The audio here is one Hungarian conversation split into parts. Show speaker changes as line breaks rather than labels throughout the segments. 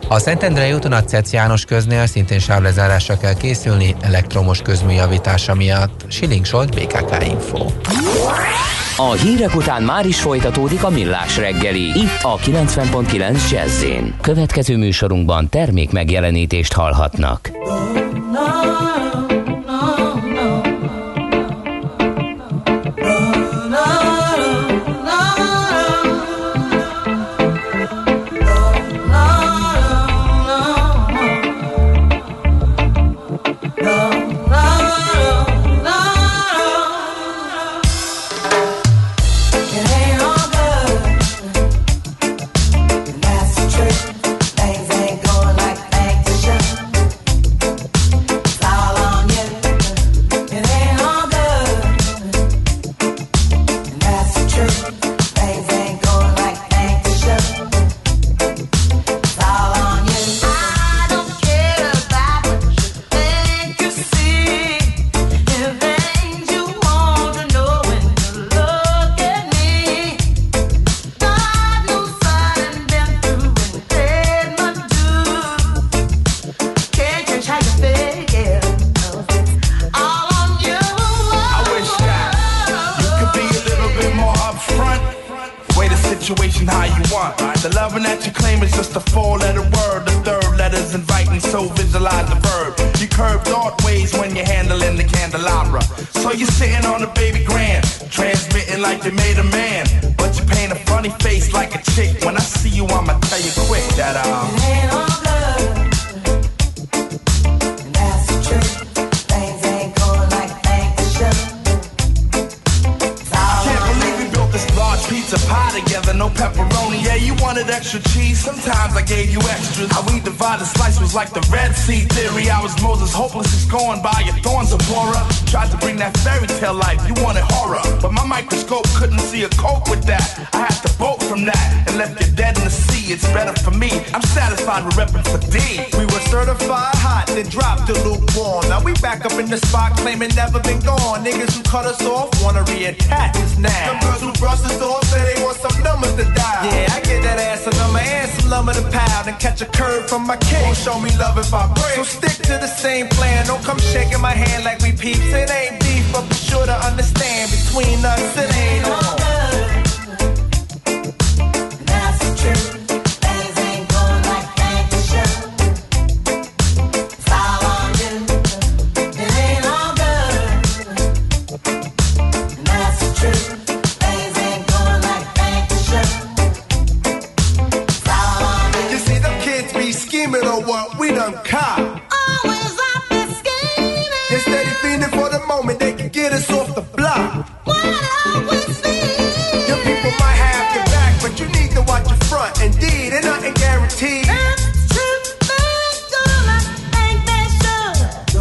A Szentendrei úton a Cec János köznél szintén sávlezárásra kell készülni elektromos közműjavítása miatt. Siling Zsolt, BKK Info.
A hírek után már is folytatódik a Millás reggeli, itt a 90.9 Jazz-én. Következő műsorunkban termék megjelenítést hallhatnak.
Like the Red Sea theory, I was Moses, hopeless is going by your thorns of horror. Tried to bring that fairy tale life, you wanted horror, but my microscope couldn't see a cope with that. I had to bolt from that and left you dead in the sea. It's better for me, I'm satisfied with repping for D.
We were certified hot, then dropped to lukewarm. Now we back up in the spot, claiming never been gone. Niggas who cut us off wanna reattach us now. Them girls who brush us off say they want some numbers to dial. Yeah, I get that ass a number and some lumber to pound and catch a curve from my king. Won't show me love if I break. So stick to the same plan. Don't come shaking my hand like we peeps. It ain't beef, but be sure to understand between us it ain't on.
That's the truth. Things ain't going like they should. It's all on you. It ain't all good. That's the truth. Things ain't going like they should. It's all on you.
You see them kids be scheming on what we done caught.
Always out there scheming.
They're steady feeding for the moment they can get us off the block.
What are we seeing?
Your people might have your back, but you need to watch your front. Indeed, and nothing guaranteed.
That's true. Things going like they should.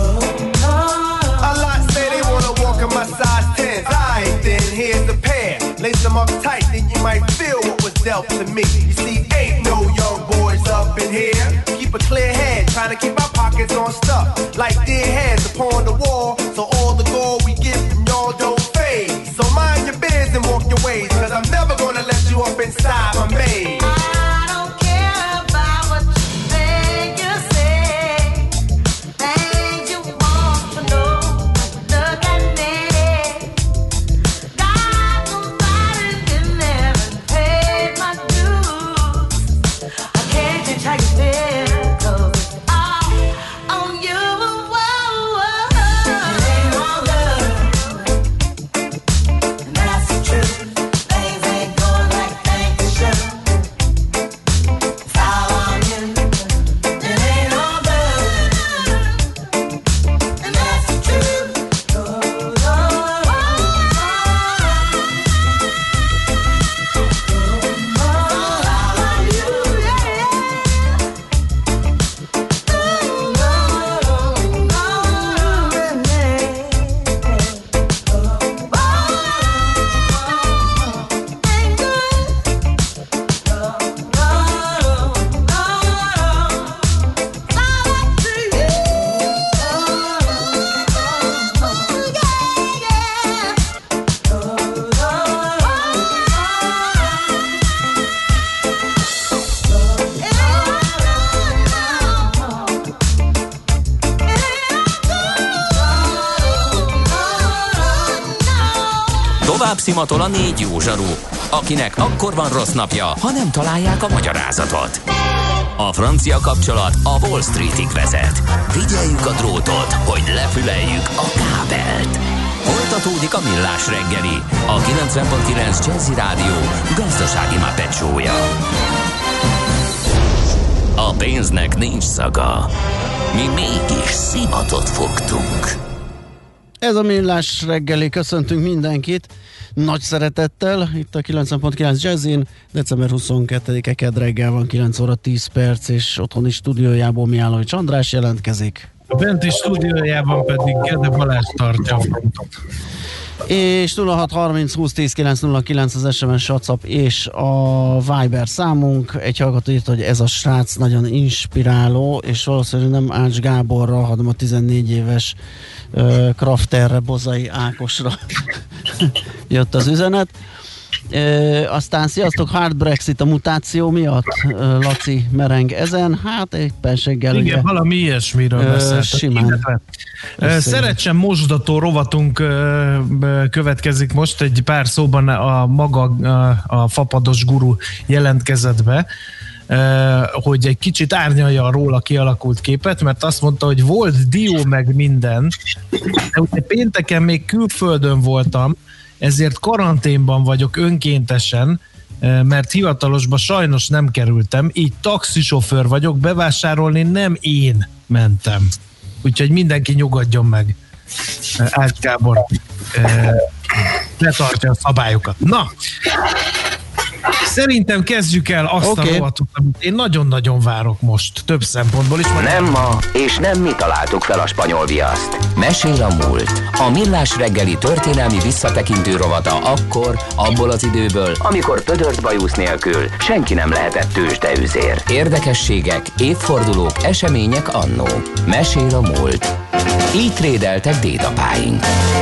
A lot say they wanna walk in my size 10s. Alright then, here's the pair. Lace them up tight, then you might feel what was dealt to me. You see, ain't no young boys up in here. Keep a clear head, trying to keep our pockets on stuff. Like dead heads upon the wall, so all the gold we get from y'all don't fade. So mind your biz and walk your ways, cause I'm never gonna let you up inside my maze.
I don't care about what you think you say. Things you want to know. Look at me. Got nobody in there and paid my dues. I can't change how you feel, cause it's all on you. Whoa, whoa.
szimatol a 4 jó zsaru, akinek akkor van rossz napja, ha nem találják a magyarázatot. A francia kapcsolat a Wall Streetig vezet. Figyeljük a drótot, hogy lefüleljük a kábelt. Folytatódik a Millás reggeli, a 90.9 Jazzy Rádió gazdasági mápecsója. A pénznek nincs szaga. Mi mégis szimatot fogtunk.
Ez a Millás reggeli, köszöntünk mindenkit nagy szeretettel, itt a 90.9 Jazzin, december 22-e kedd reggel van, 9 óra 10 perc, és otthoni stúdiójából Mihálovics András jelentkezik.
A benti stúdiójában pedig Gede Balázs tartja a frontot.
És 0630 20 10 909 az SMS, WhatsApp és a Viber számunk. Egy hallgató írt, hogy ez a srác nagyon inspiráló, és valószínűleg nem Ács Gáborra, hanem a 14 éves Crafterre, Bozai Ákosra jött az üzenet. Aztán sziasztok, hard Brexit a mutáció miatt, Laci mereng ezen, hát éppenséggel
igen, ugye, valami ilyesmiről beszéltek.
Simán.
Szeretsen mosdató rovatunk következik most, egy pár szóban a maga a fapados guru jelentkezett be, hogy egy kicsit árnyalja a róla kialakult képet, mert azt mondta, hogy volt dió meg minden, de ugye pénteken még külföldön voltam, ezért karanténban vagyok önkéntesen, mert hivatalosba sajnos nem kerültem, így taxisofőr vagyok, bevásárolni nem én mentem. Úgyhogy mindenki nyugodjon meg. Ács Gábor betartja a szabályokat. Na! Szerintem kezdjük el azt a rovatot, amit én nagyon-nagyon várok most, több szempontból is.
Nem ma, és nem mi találtuk fel a spanyol viaszt. Mesél a múlt. A Millás reggeli történelmi visszatekintő rovata akkor, abból az időből, amikor pödört bajusz nélkül senki nem lehetett tőzsdeüzér. Érdekességek, évfordulók, események annó. Mesél a múlt. Így trédeltek dédapáink.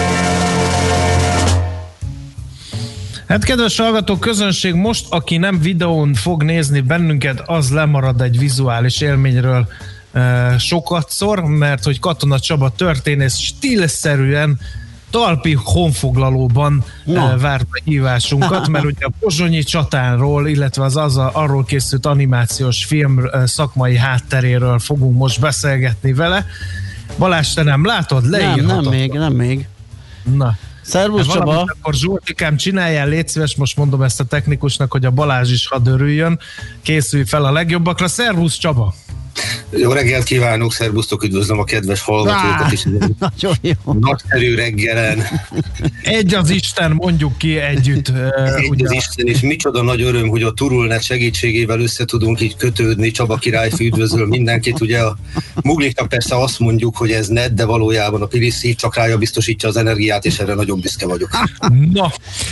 Hát kedves hallgatók, közönség, most aki nem videón fog nézni bennünket, az lemarad egy vizuális élményről sokatszor, mert hogy Katona Csaba történész stílszerűen talpi honfoglalóban várta hívásunkat, mert ugye a pozsonyi csatánról, illetve arról készült animációs film szakmai hátteréről fogunk most beszélgetni vele. Balázs, te nem látod? Leírhatod.
Nem még.
Na.
Szervusz Csaba!
Akkor Zsoltikám, csináljál, légy szíves, most mondom ezt a technikusnak, hogy a Balázs is hadd örüljön, készülj fel a legjobbakra. Szervusz Csaba!
Jó reggelt kívánok, szervusztok, üdvözlöm a kedves hallgatókat is.
Nagyon jó.
Nagyszerű reggelen.
Egy az Isten, mondjuk ki együtt.
Egy az Isten, és micsoda nagy öröm, hogy a Turulnet segítségével össze tudunk így kötődni. Csaba királyfi üdvözöl mindenkit. Ugye a Mugliknak persze azt mondjuk, hogy ez net, de valójában a Piliszi csak rája biztosítja az energiát, és erre nagyon büszke vagyok.
Na,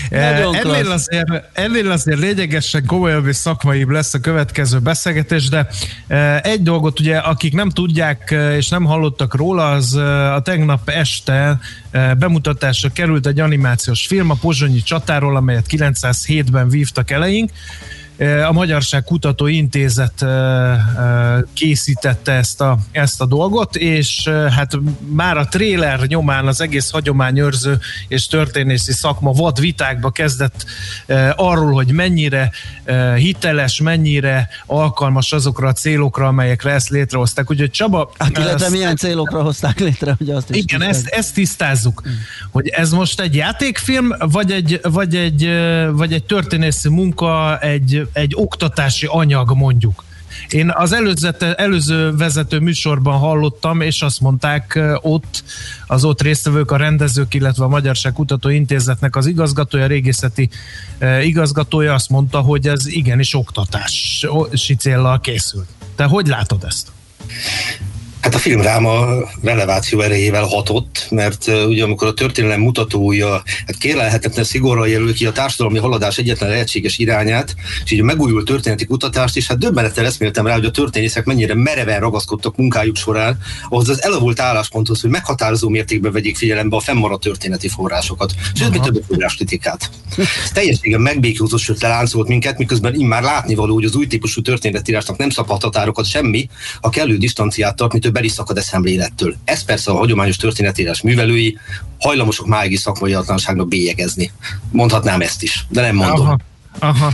ennél azért lényegesen komolyabb és szakmaibb lesz a következő beszélgetés, de egy dolgot ugye, akik nem tudják és nem hallottak róla, az a tegnap este bemutatásra került egy animációs film a pozsonyi csatáról, amelyet 907-ben vívtak eleink. A Magyarság Kutató Intézet készítette ezt a dolgot, és hát már a tréler nyomán az egész hagyományőrző és történészi szakma vad vitákba kezdett arról, hogy mennyire hiteles, mennyire alkalmas azokra a célokra, amelyekre ezt létrehozták. Úgyhogy Csaba...
Illetve milyen célokra hozták létre, hogy azt is
igen, ezt tisztázzuk. Hogy ez most egy játékfilm, vagy egy történészi munka, egy oktatási anyag, mondjuk. Én az előző vezető műsorban hallottam, és azt mondták az ott résztvevők, a rendezők, illetve a Magyarság Kutató Intézetnek az igazgatója, régészeti igazgatója azt mondta, hogy ez igenis oktatási céllal készült. Te hogy látod ezt?
Hát a film rám a releváció erejével hatott, mert ugye amikor a történelem mutatója hát kérlelhetetlen szigorral jelöli ki a társadalmi haladás egyetlen lehetséges irányát, és így a megújult történeti kutatást is, hát döbbenettel eszméltem rá, hogy a történészek mennyire mereven ragaszkodtak munkájuk során ahhoz az elavult állásponthoz, hogy meghatározó mértékben vegyék figyelembe a fennmaradt történeti forrásokat, sőt, mit több a forráskritikát. Ez teljességen megbékjózott, sőt leláncolt minket, miközben immár látnivaló, hogy az új típusú történetírásnak nem szabhat határokat semmi, a kellő disztanciát tart, mitől beliszakad eszemlélettől. Ez persze a hagyományos történetírás tudás művelői hajlamosok máig is szakmaiatlanságnak bélyegezni. Mondhatnám ezt is, de nem mondom.
Aha.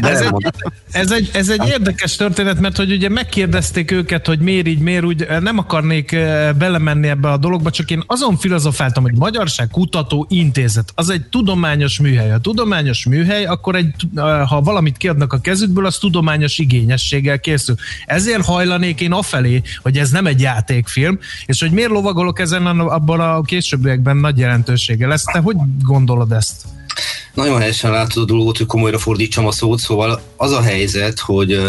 Ez egy érdekes történet, mert hogy ugye megkérdezték őket, hogy miért így, miért úgy, nem akarnék belemenni ebbe a dologba, csak én azon filozofáltam, hogy Magyarság Kutató Intézet, az egy tudományos műhely. A tudományos műhely, akkor ha valamit kiadnak a kezükből, az tudományos igényességgel készül. Ezért hajlanék én afelé, hogy ez nem egy játékfilm, és hogy miért lovagolok ezen, abban a későbbiekben nagy jelentősége lesz. Te hogy gondolod ezt?
Nagyon helyesen látod a dolgot, hogy komolyra fordítsam a szót, szóval az a helyzet, hogy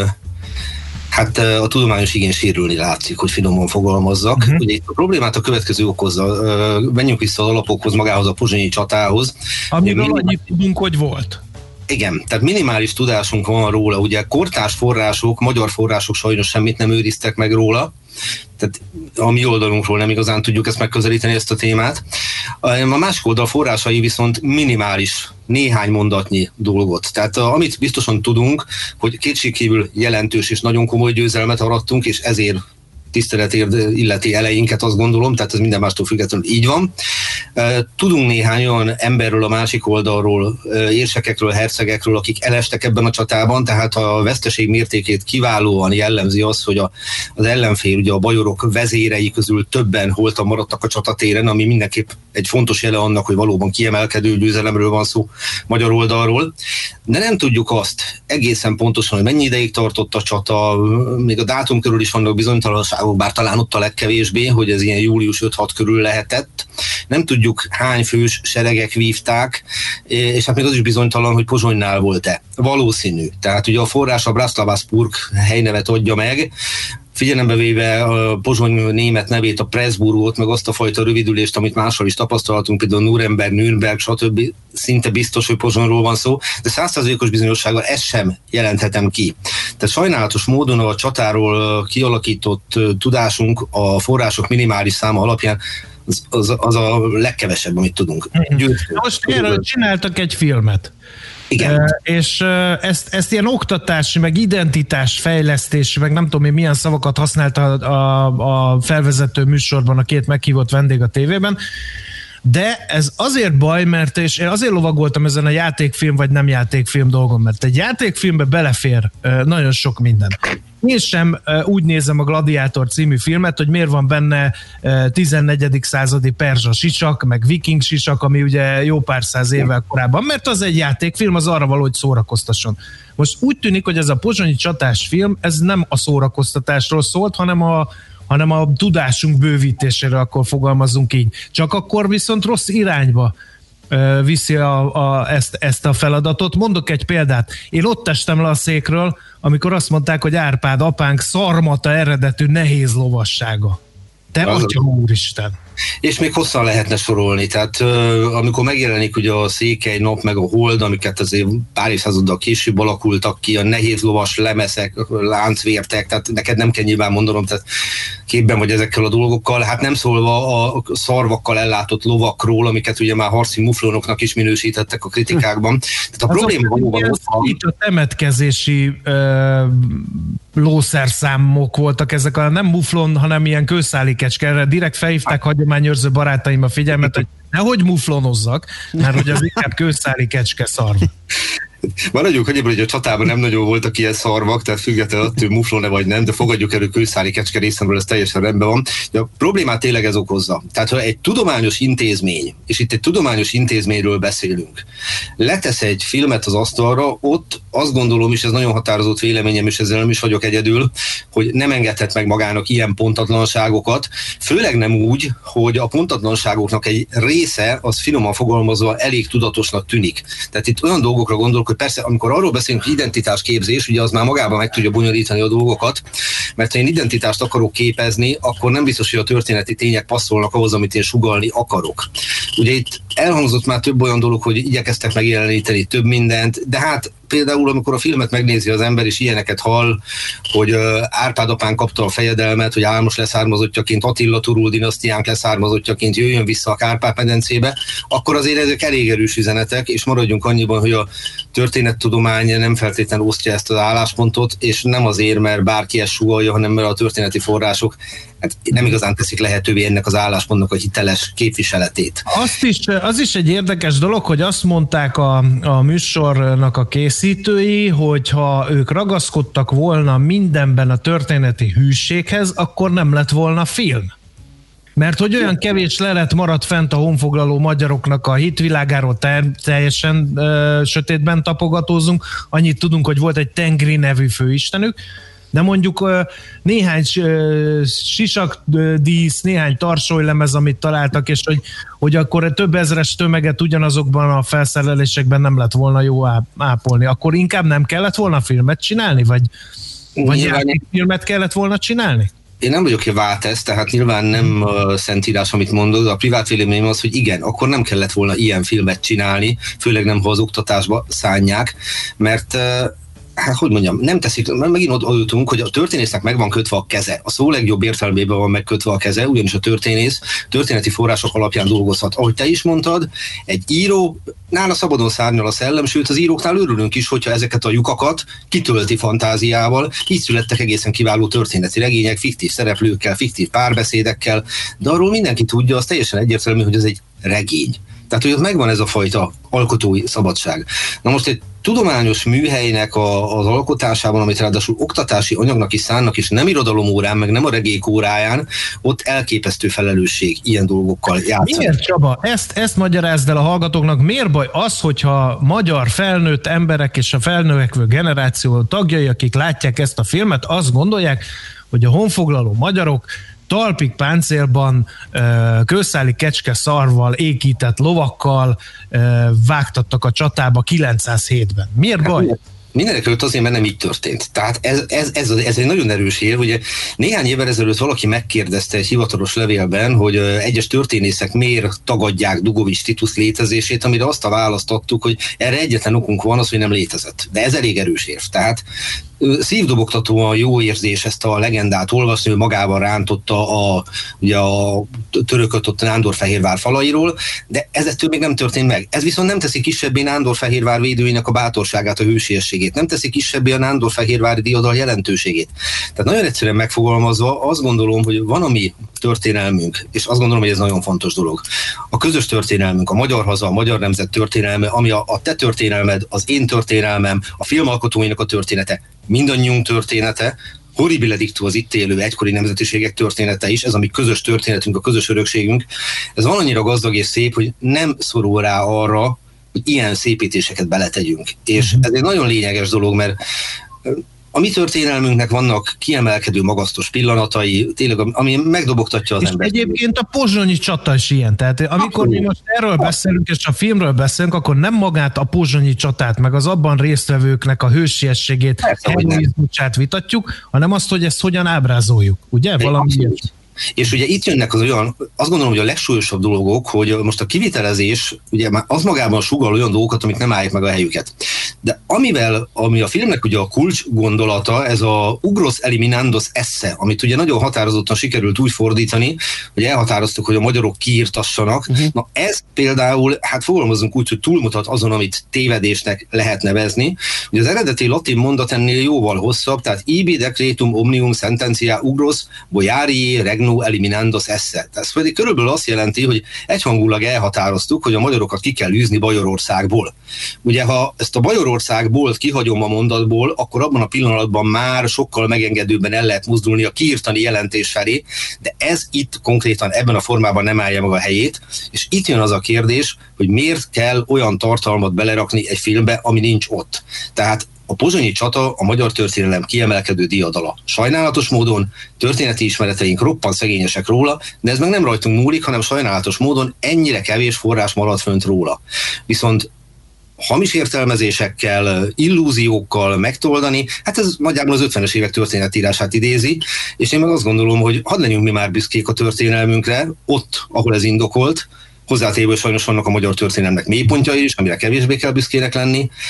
hát a tudományos igény sérülni látszik, hogy finoman fogalmazzak. Ugye itt a problémát a következő okozza. Menjünk vissza az alapokhoz, magához a pozsonyi csatához.
Amiről annyit tudunk, hogy volt.
Igen, tehát minimális tudásunk van róla. Ugye kortárs források, magyar források sajnos semmit nem őriztek meg róla. Tehát a mi oldalunkról nem igazán tudjuk ezt megközelíteni, ezt a témát. A másik oldal forrásai viszont minimális, néhány mondatnyi dolgot. Tehát amit biztosan tudunk, hogy kétségkívül jelentős és nagyon komoly győzelmet arattunk, és ezért tiszteletért illeti elejénket, azt gondolom, tehát ez minden mástól függetlenül így van. Tudunk néhány olyan emberről a másik oldalról, érsekekről, hercegekről, akik elestek ebben a csatában, tehát a veszteség mértékét kiválóan jellemzi az, hogy az ellenfél, ugye a bajorok vezérei közül többen holtan maradtak a csatatéren, ami mindenképp egy fontos jele annak, hogy valóban kiemelkedő győzelemről van szó magyar oldalról. De nem tudjuk azt egészen pontosan, hogy mennyi ideig tartott a csata, még a dátum körül is vannak bizonytalanságok, bár talán ott a legkevésbé, hogy ez ilyen július 5-6 körül lehetett. Nem tudjuk, hány fős seregek vívták, és hát még az is bizonytalan, hogy Pozsonynál volt-e. Valószínű. Tehát ugye a forrás a Bratislava-Spurg helynevet adja meg, figyelembe véve a Pozsony német nevét, a Pressburgot, meg azt a fajta rövidülést, amit máshol is tapasztalhatunk, például Nuremberg, Nürnberg, stb. Szinte biztos, hogy Pozsonyról van szó, de 100%-os bizonyossággal ezt sem jelenthetem ki. Tehát sajnálatos módon a csatáról kialakított tudásunk a források minimális száma alapján az a legkevesebb, amit tudunk.
Most erről csináltak egy filmet.
Igen.
És ezt ilyen oktatási, meg identitásfejlesztési, meg nem tudom én milyen szavakat használta a felvezető műsorban a két meghívott vendég a tévében, de ez azért baj, mert és én azért lovagoltam ezen a játékfilm vagy nem játékfilm dolgon, mert egy játékfilmbe belefér nagyon sok minden. Én sem úgy nézem a Gladiátor című filmet, hogy miért van benne 14. századi perzsa sisak, meg viking sisak, ami ugye jó pár száz évvel korábban, mert az egy játékfilm, az arra való, hogy szórakoztasson. Most úgy tűnik, hogy ez a pozsonyi csatás film, ez nem a szórakoztatásról szólt, hanem a tudásunk bővítésére, akkor fogalmazunk így. Csak akkor viszont rossz irányba viszi ezt a feladatot. Mondok egy példát. Én ott estem le a székről, amikor azt mondták, hogy Árpád apánk szarmata eredetű nehéz lovassága. Te atya úristen!
És még hosszan lehetne sorolni, tehát amikor megjelenik ugye a Székely Nap meg a Hold, amiket azért pár évszázaddal később alakultak ki, a nehéz lovas lemeszek, láncvértek, tehát neked nem kell nyilván mondanom, tehát képben vagy ezekkel a dolgokkal, hát nem szólva a szarvakkal ellátott lovakról, amiket ugye már harci muflonoknak is minősítettek a kritikákban. Tehát a probléma valóban ott van.
Itt a temetkezési lószerszámok voltak ezek, nem muflon, hanem ilyen kőszáli kecske. Erre direkt felhívták hagyományőrző barátaim a figyelmet, hogy nehogy muflonozzak, mert hogy az inkább kőszáli kecske szarv.
Maradjunk annyiban, hogy a csatában nem nagyon voltak ilyen szarvak, tehát függetlenül attól, hogy muflon-e vagy nem, de fogadjuk elő kőszáli kecske részemről, ez teljesen rendben van. De a problémát tényleg ez okozza. Tehát, ha egy tudományos intézmény, és itt egy tudományos intézményről beszélünk, letesz egy filmet az asztalra, ott azt gondolom, és ez nagyon határozott véleményem, és ezzel nem is vagyok egyedül, hogy nem engedhet meg magának ilyen pontatlanságokat, főleg nem úgy, hogy a pontatlanságoknak egy része, az finoman fogalmazva elég tudatosnak tűnik. Tehát itt olyan dolgokra gondolok, hogy persze, amikor arról beszélünk, hogy identitásképzés, ugye az már magában meg tudja bonyolítani a dolgokat, mert ha én identitást akarok képezni, akkor nem biztos, hogy a történeti tények passzolnak ahhoz, amit én sugallni akarok. Ugye itt elhangzott már több olyan dolog, hogy igyekeztek megjeleníteni több mindent, de hát például, amikor a filmet megnézi az ember, és ilyeneket hall, hogy Árpád apán kapta a fejedelmet, hogy Álmos leszármazottjaként, Attila Turul dinasztiánk leszármazottjaként jöjjön vissza a Kárpát-medencébe, akkor azért ezek elég erős üzenetek, és maradjunk annyiban, hogy a történettudomány nem feltétlenül osztja ezt az álláspontot, és nem azért, mert bárki ezt sugallja, hanem mert a történeti források hát nem igazán teszik lehetővé ennek az álláspontnak a hiteles képviseletét.
Az is egy érdekes dolog, hogy azt mondták a műsornak a készítői, hogyha ők ragaszkodtak volna mindenben a történeti hűséghez, akkor nem lett volna film. Mert hogy olyan kevés lelet maradt fent a honfoglaló magyaroknak a hitvilágáról, teljesen sötétben tapogatózunk, annyit tudunk, hogy volt egy Tengri nevű főistenük, de mondjuk néhány sisakdísz, néhány tarsolylemez, amit találtak, és hogy akkor több ezres tömeget ugyanazokban a felszerelésekben nem lett volna jó ápolni. Akkor inkább nem kellett volna filmet csinálni? Vagy filmet kellett volna csinálni?
Én nem vagyok váltesz, tehát nyilván nem szentírás, amit mondod. A privát véleményem az, hogy igen, akkor nem kellett volna ilyen filmet csinálni, főleg nem, ha az oktatásba szánják, mert hát hogy mondjam, nem teszik, mert megint ott jutunk, hogy a történésznek meg van kötve a keze. A szó legjobb értelmében van megkötve a keze, ugyanis a történész történeti források alapján dolgozhat. Ahogy te is mondtad, egy író, nála szabadon szárnyal a szellem, sőt az íróknál örülünk is, hogyha ezeket a lyukakat kitölti fantáziával. Így születtek egészen kiváló történeti regények, fiktív szereplőkkel, fiktív párbeszédekkel, de arról mindenki tudja, az teljesen egyértelmű, hogy ez egy regény. Tehát, hogy ott megvan ez a fajta alkotói szabadság. Na most egy tudományos műhelynek az alkotásában, amit ráadásul oktatási anyagnak is szánnak, és nem irodalomórán, meg nem a regék óráján, ott elképesztő felelősség ilyen dolgokkal játszani.
Miért, Csaba? Ezt magyarázd el a hallgatóknak. Miért baj az, hogyha magyar felnőtt emberek és a felnövekvő generáció tagjai, akik látják ezt a filmet, azt gondolják, hogy a honfoglaló magyarok talpig páncélban, kőszáli kecske szarval, ékített lovakkal vágtattak a csatába 907-ben. Miért baj?
Mindenekelőtt azért, mert nem így történt. Tehát ez egy nagyon erős ér, ugye néhány évvel ezelőtt valaki megkérdezte egy hivatalos levélben, hogy egyes történészek miért tagadják Dugovics Titus létezését, amire azt a választ adtuk, hogy erre egyetlen okunk van, az, hogy nem létezett. De ez elég erős érv. Tehát szívdobogtatóan jó érzés ezt a legendát olvasni, ő magában rántotta ugye a törököt ott Nándorfehérvár falairól, de ez ettől még nem történt meg. Ez viszont nem teszi kisebbé Nándorfehérvár védőinek a bátorságát, a hősiességét, nem teszi kisebbé a Nándorfehérvári diadal jelentőségét. Tehát nagyon egyszerűen megfogalmazva azt gondolom, hogy van a mi történelmünk, és azt gondolom, hogy ez nagyon fontos dolog. A közös történelmünk, a magyar haza, a magyar nemzet történelme, ami a te történelmed, az én történelmem, a filmalkotóinak a története, mindannyiunk története, horribile dictu az itt élő egykori nemzetiségek története is, ez a mi közös történetünk, a közös örökségünk, ez van annyira gazdag és szép, hogy nem szorul rá arra, hogy ilyen szépítéseket beletegyünk. És ez egy nagyon lényeges dolog, mert a mi történelmünknek vannak kiemelkedő magasztos pillanatai, tényleg, ami megdobogtatja az embert.
Egyébként a pozsonyi csata is ilyen. Tehát amikor mi most erről beszélünk, és a filmről beszélünk, akkor nem magát a pozsonyi csatát, meg az abban résztvevőknek a hősiességét, heroizmusát vitatjuk, hanem azt, hogy ezt hogyan ábrázoljuk. Ugye? Valami ilyet.
És ugye itt jönnek az olyan, azt gondolom, hogy a legsúlyosabb dolgok, hogy most a kivitelezés, ugye már az magában sugall olyan dolgokat, amik nem állják meg a helyüket. De ami a filmnek ugye a kulcs gondolata, ez a ugros eliminandos esse, amit ugye nagyon határozottan sikerült úgy fordítani, hogy elhatároztuk, hogy a magyarok kiirtassanak. Na ez például, hát fogalmazunk úgy, hogy túlmutat azon, amit tévedésnek lehet nevezni. Ugye az eredeti latin mondat ennél jóval hosszabb, tehát ibi decretum omnium sententia ugros boiarii regnum eliminandos esse. Ez pedig körülbelül azt jelenti, hogy egyhangulag elhatároztuk, hogy a magyarokat ki kell űzni Bajorországból. Ugye, ha ezt a Bajorországból kihagyom a mondatból, akkor abban a pillanatban már sokkal megengedőbben el lehet mozdulni a kiírtani jelentés felé, de ez itt konkrétan ebben a formában nem állja meg a helyét, és itt jön az a kérdés, hogy miért kell olyan tartalmat belerakni egy filmbe, ami nincs ott. Tehát a pozsonyi csata a magyar történelem kiemelkedő diadala. Sajnálatos módon történeti ismereteink roppant szegényesek róla, de ez meg nem rajtunk múlik, hanem sajnálatos módon ennyire kevés forrás maradt fönt róla. Viszont hamis értelmezésekkel, illúziókkal megtoldani, hát ez nagyjából az 50-es évek történetírását idézi, és én meg azt gondolom, hogy hadd legyünk mi már büszkék a történelmünkre, ott, ahol ez indokolt, hozzátéve sajnos vannak a magyar történelmnek mélypontjai is, amire kevésbé kell büszkének lenni.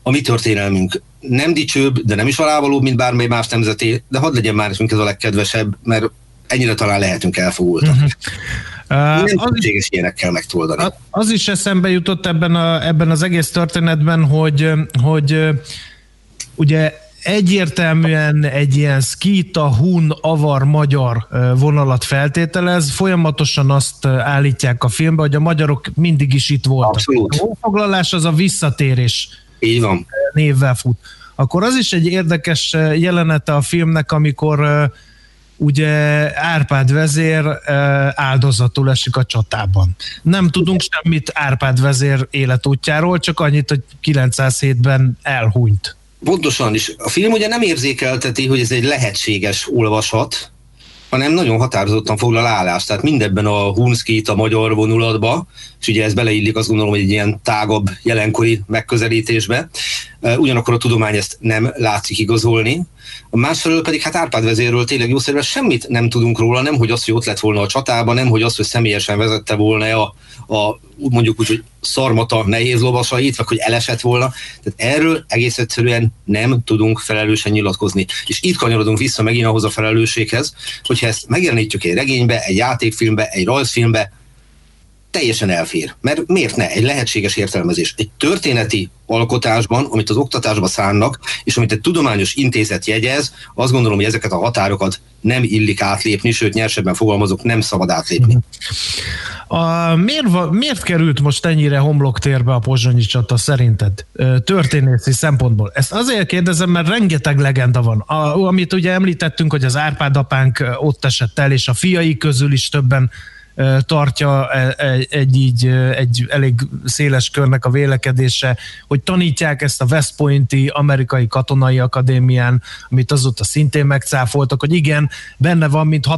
A mi történelmünk nem dicsőbb, de nem is alávalóbb, mint bármely más nemzeté, de hadd legyen már nekünk ez a legkedvesebb, mert ennyire talán lehetünk elfogultak. Nem szükséges ilyenekkel megtoldani.
Az is eszembe jutott ebben az egész történetben, hogy ugye egyértelműen egy ilyen szkíta, hun, avar, magyar vonalat feltételez, folyamatosan azt állítják a filmbe, hogy a magyarok mindig is itt voltak.
Abszolút.
A honfoglalás az a visszatérés
Így van.
névvel fut. Akkor az is egy érdekes jelenete a filmnek, amikor ugye Árpád vezér áldozatul esik a csatában. Nem tudunk semmit Árpád vezér életútjáról, csak annyit, hogy 907-ben elhunyt.
Pontosan is. A film ugye nem érzékelteti, hogy ez egy lehetséges olvasat, hanem nagyon határozottan foglal állást. Tehát mindebben a hunszkít, a magyar vonulatba, és ugye ez beleillik azt gondolom, hogy egy ilyen tágabb jelenkori megközelítésbe. Ugyanakkor a tudomány ezt nem látszik igazolni. A másfelől pedig hát Árpád vezérről tényleg jószerűen semmit nem tudunk róla, nem hogy az, hogy ott lett volna a csatában, nem hogy az, hogy személyesen vezette volna a mondjuk úgy, hogy szarmata nehéz lovasait, vagy hogy elesett volna. Tehát erről egész egyszerűen nem tudunk felelősen nyilatkozni. És itt kanyarodunk vissza megint ahhoz a felelősséghez, hogyha ezt megjelenítjük egy regénybe, egy játékfilmbe, egy rajzfilmbe, teljesen elfér. Mert miért ne? Egy lehetséges értelmezés. Egy történeti alkotásban, amit az oktatásba szánnak, és amit egy tudományos intézet jegyez, azt gondolom, hogy ezeket a határokat nem illik átlépni, sőt, nyersebben fogalmazok, nem szabad átlépni.
Miért került most ennyire homloktérbe a pozsonyi csata szerinted történészi szempontból? Ezt azért kérdezem, mert rengeteg legenda van. Amit ugye említettünk, hogy az Árpád apánk ott esett el, és a fiai közül is többen tartja egy elég széles körnek a vélekedése, hogy tanítják ezt a West Pointi amerikai katonai akadémián, amit azóta szintén megcáfoltak, hogy igen, benne van mint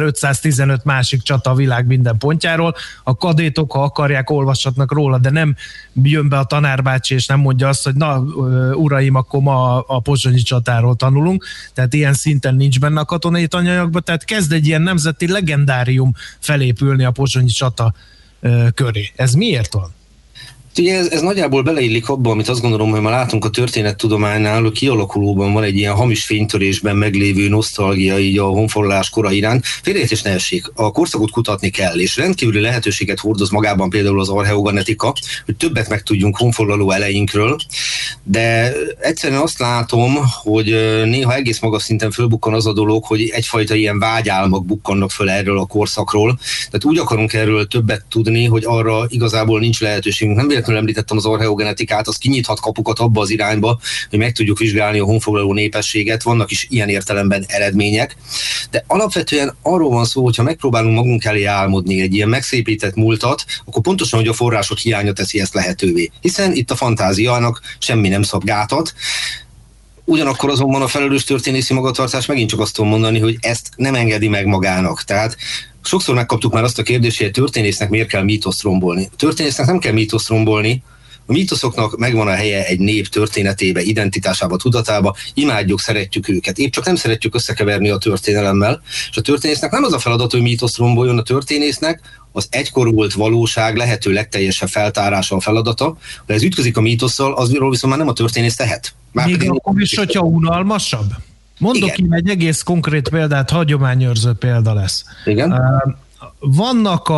6515 másik csata a világ minden pontjáról. A kadétok, ha akarják, olvashatnak róla, de nem jön be a tanárbácsi, és nem mondja azt, hogy na, uraim, akkor ma a pozsonyi csatáról tanulunk. Tehát ilyen szinten nincs benne a katonai tananyagban, tehát kezd egy ilyen nemzeti legendárium felépülni a pozsonyi csata köré. Ez miért van?
Ugye ez nagyjából beleillik abba, amit azt gondolom, hogy ma látunk a történettudománynál, hogy kialakulóban van egy ilyen hamis fénytörésben meglévő nosztalgia így a honfoglalás kora iránt. Félreértés ne essék, a korszakot kutatni kell, és rendkívüli lehetőséget hordoz magában például az archeogenetika, hogy többet megtudjunk honfoglaló elejénkről, de egyszerűen azt látom, hogy néha egész magas szinten fölbukkan az a dolog, hogy egyfajta ilyen vágyálmak bukkannak föl erről a korszakról. Tehát úgy akarunk erről többet tudni, hogy arra igazából nincs lehetőségünk. Nem véletlenül említettem az archeogenetikát, az kinyithat kapukat abba az irányba, hogy meg tudjuk vizsgálni a honfoglaló népességet, vannak is ilyen értelemben eredmények, de alapvetően arról van szó, hogyha megpróbálunk magunk elé álmodni egy ilyen megszépített múltat, akkor pontosan, hogy a források hiánya teszi ezt lehetővé. Hiszen itt a fantáziának semmi nem szab gátat. Ugyanakkor azonban a felelős történészi magatartás megint csak azt tudom mondani, hogy ezt nem engedi meg magának. Tehát sokszor megkaptuk már azt a kérdést, hogy a történésznek miért kell mítoszt rombolni. A történésznek nem kell mítoszt rombolni, a mítoszoknak megvan a helye egy nép történetébe, identitásába, tudatába, imádjuk, szeretjük őket. Épp csak nem szeretjük összekeverni a történelemmel, és a történésznek nem az a feladat, hogy mítoszt romboljon, a történésznek az egykor volt valóság lehető legteljesebb feltárása a feladata. Ha ez ütközik a mítosszal, azról viszont már nem a történész tehet.
Még akkor is, hogyha unalmasabb? Mondok én egy egész konkrét példát, hagyományőrző példa lesz.
Igen.
Vannak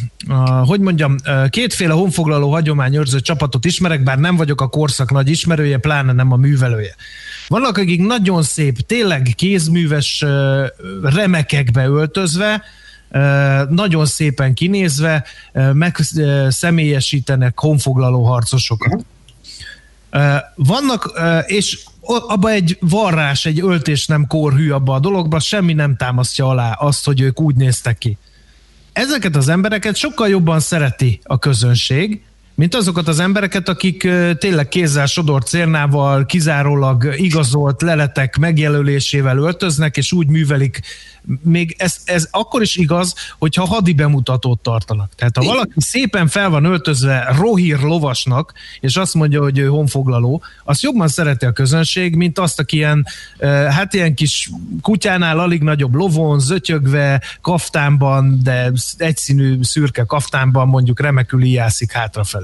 kétféle honfoglaló hagyományőrző csapatot ismerek, bár nem vagyok a korszak nagy ismerője, pláne nem a művelője. Vannak, akik nagyon szép, tényleg kézműves remekekbe öltözve, nagyon szépen kinézve megszemélyesítenek honfoglaló harcosokat. Vannak, és abba egy varrás, egy öltés nem kórhű abba a dologba, semmi nem támasztja alá azt, hogy ők úgy néztek ki. Ezeket az embereket sokkal jobban szereti a közönség, mint azokat az embereket, akik tényleg kézzel sodort cérnával, kizárólag igazolt leletek megjelölésével öltöznek, és úgy művelik. Még ez akkor is igaz, hogyha hadi bemutatót tartanak. Tehát ha valaki szépen fel van öltözve rohír lovasnak, és azt mondja, hogy ő honfoglaló, azt jobban szereti a közönség, mint azt, aki ilyen kis kutyánál alig nagyobb lovon, zötyögve, kaftánban, de egyszínű szürke kaftánban mondjuk remekül ijászik hátrafelé.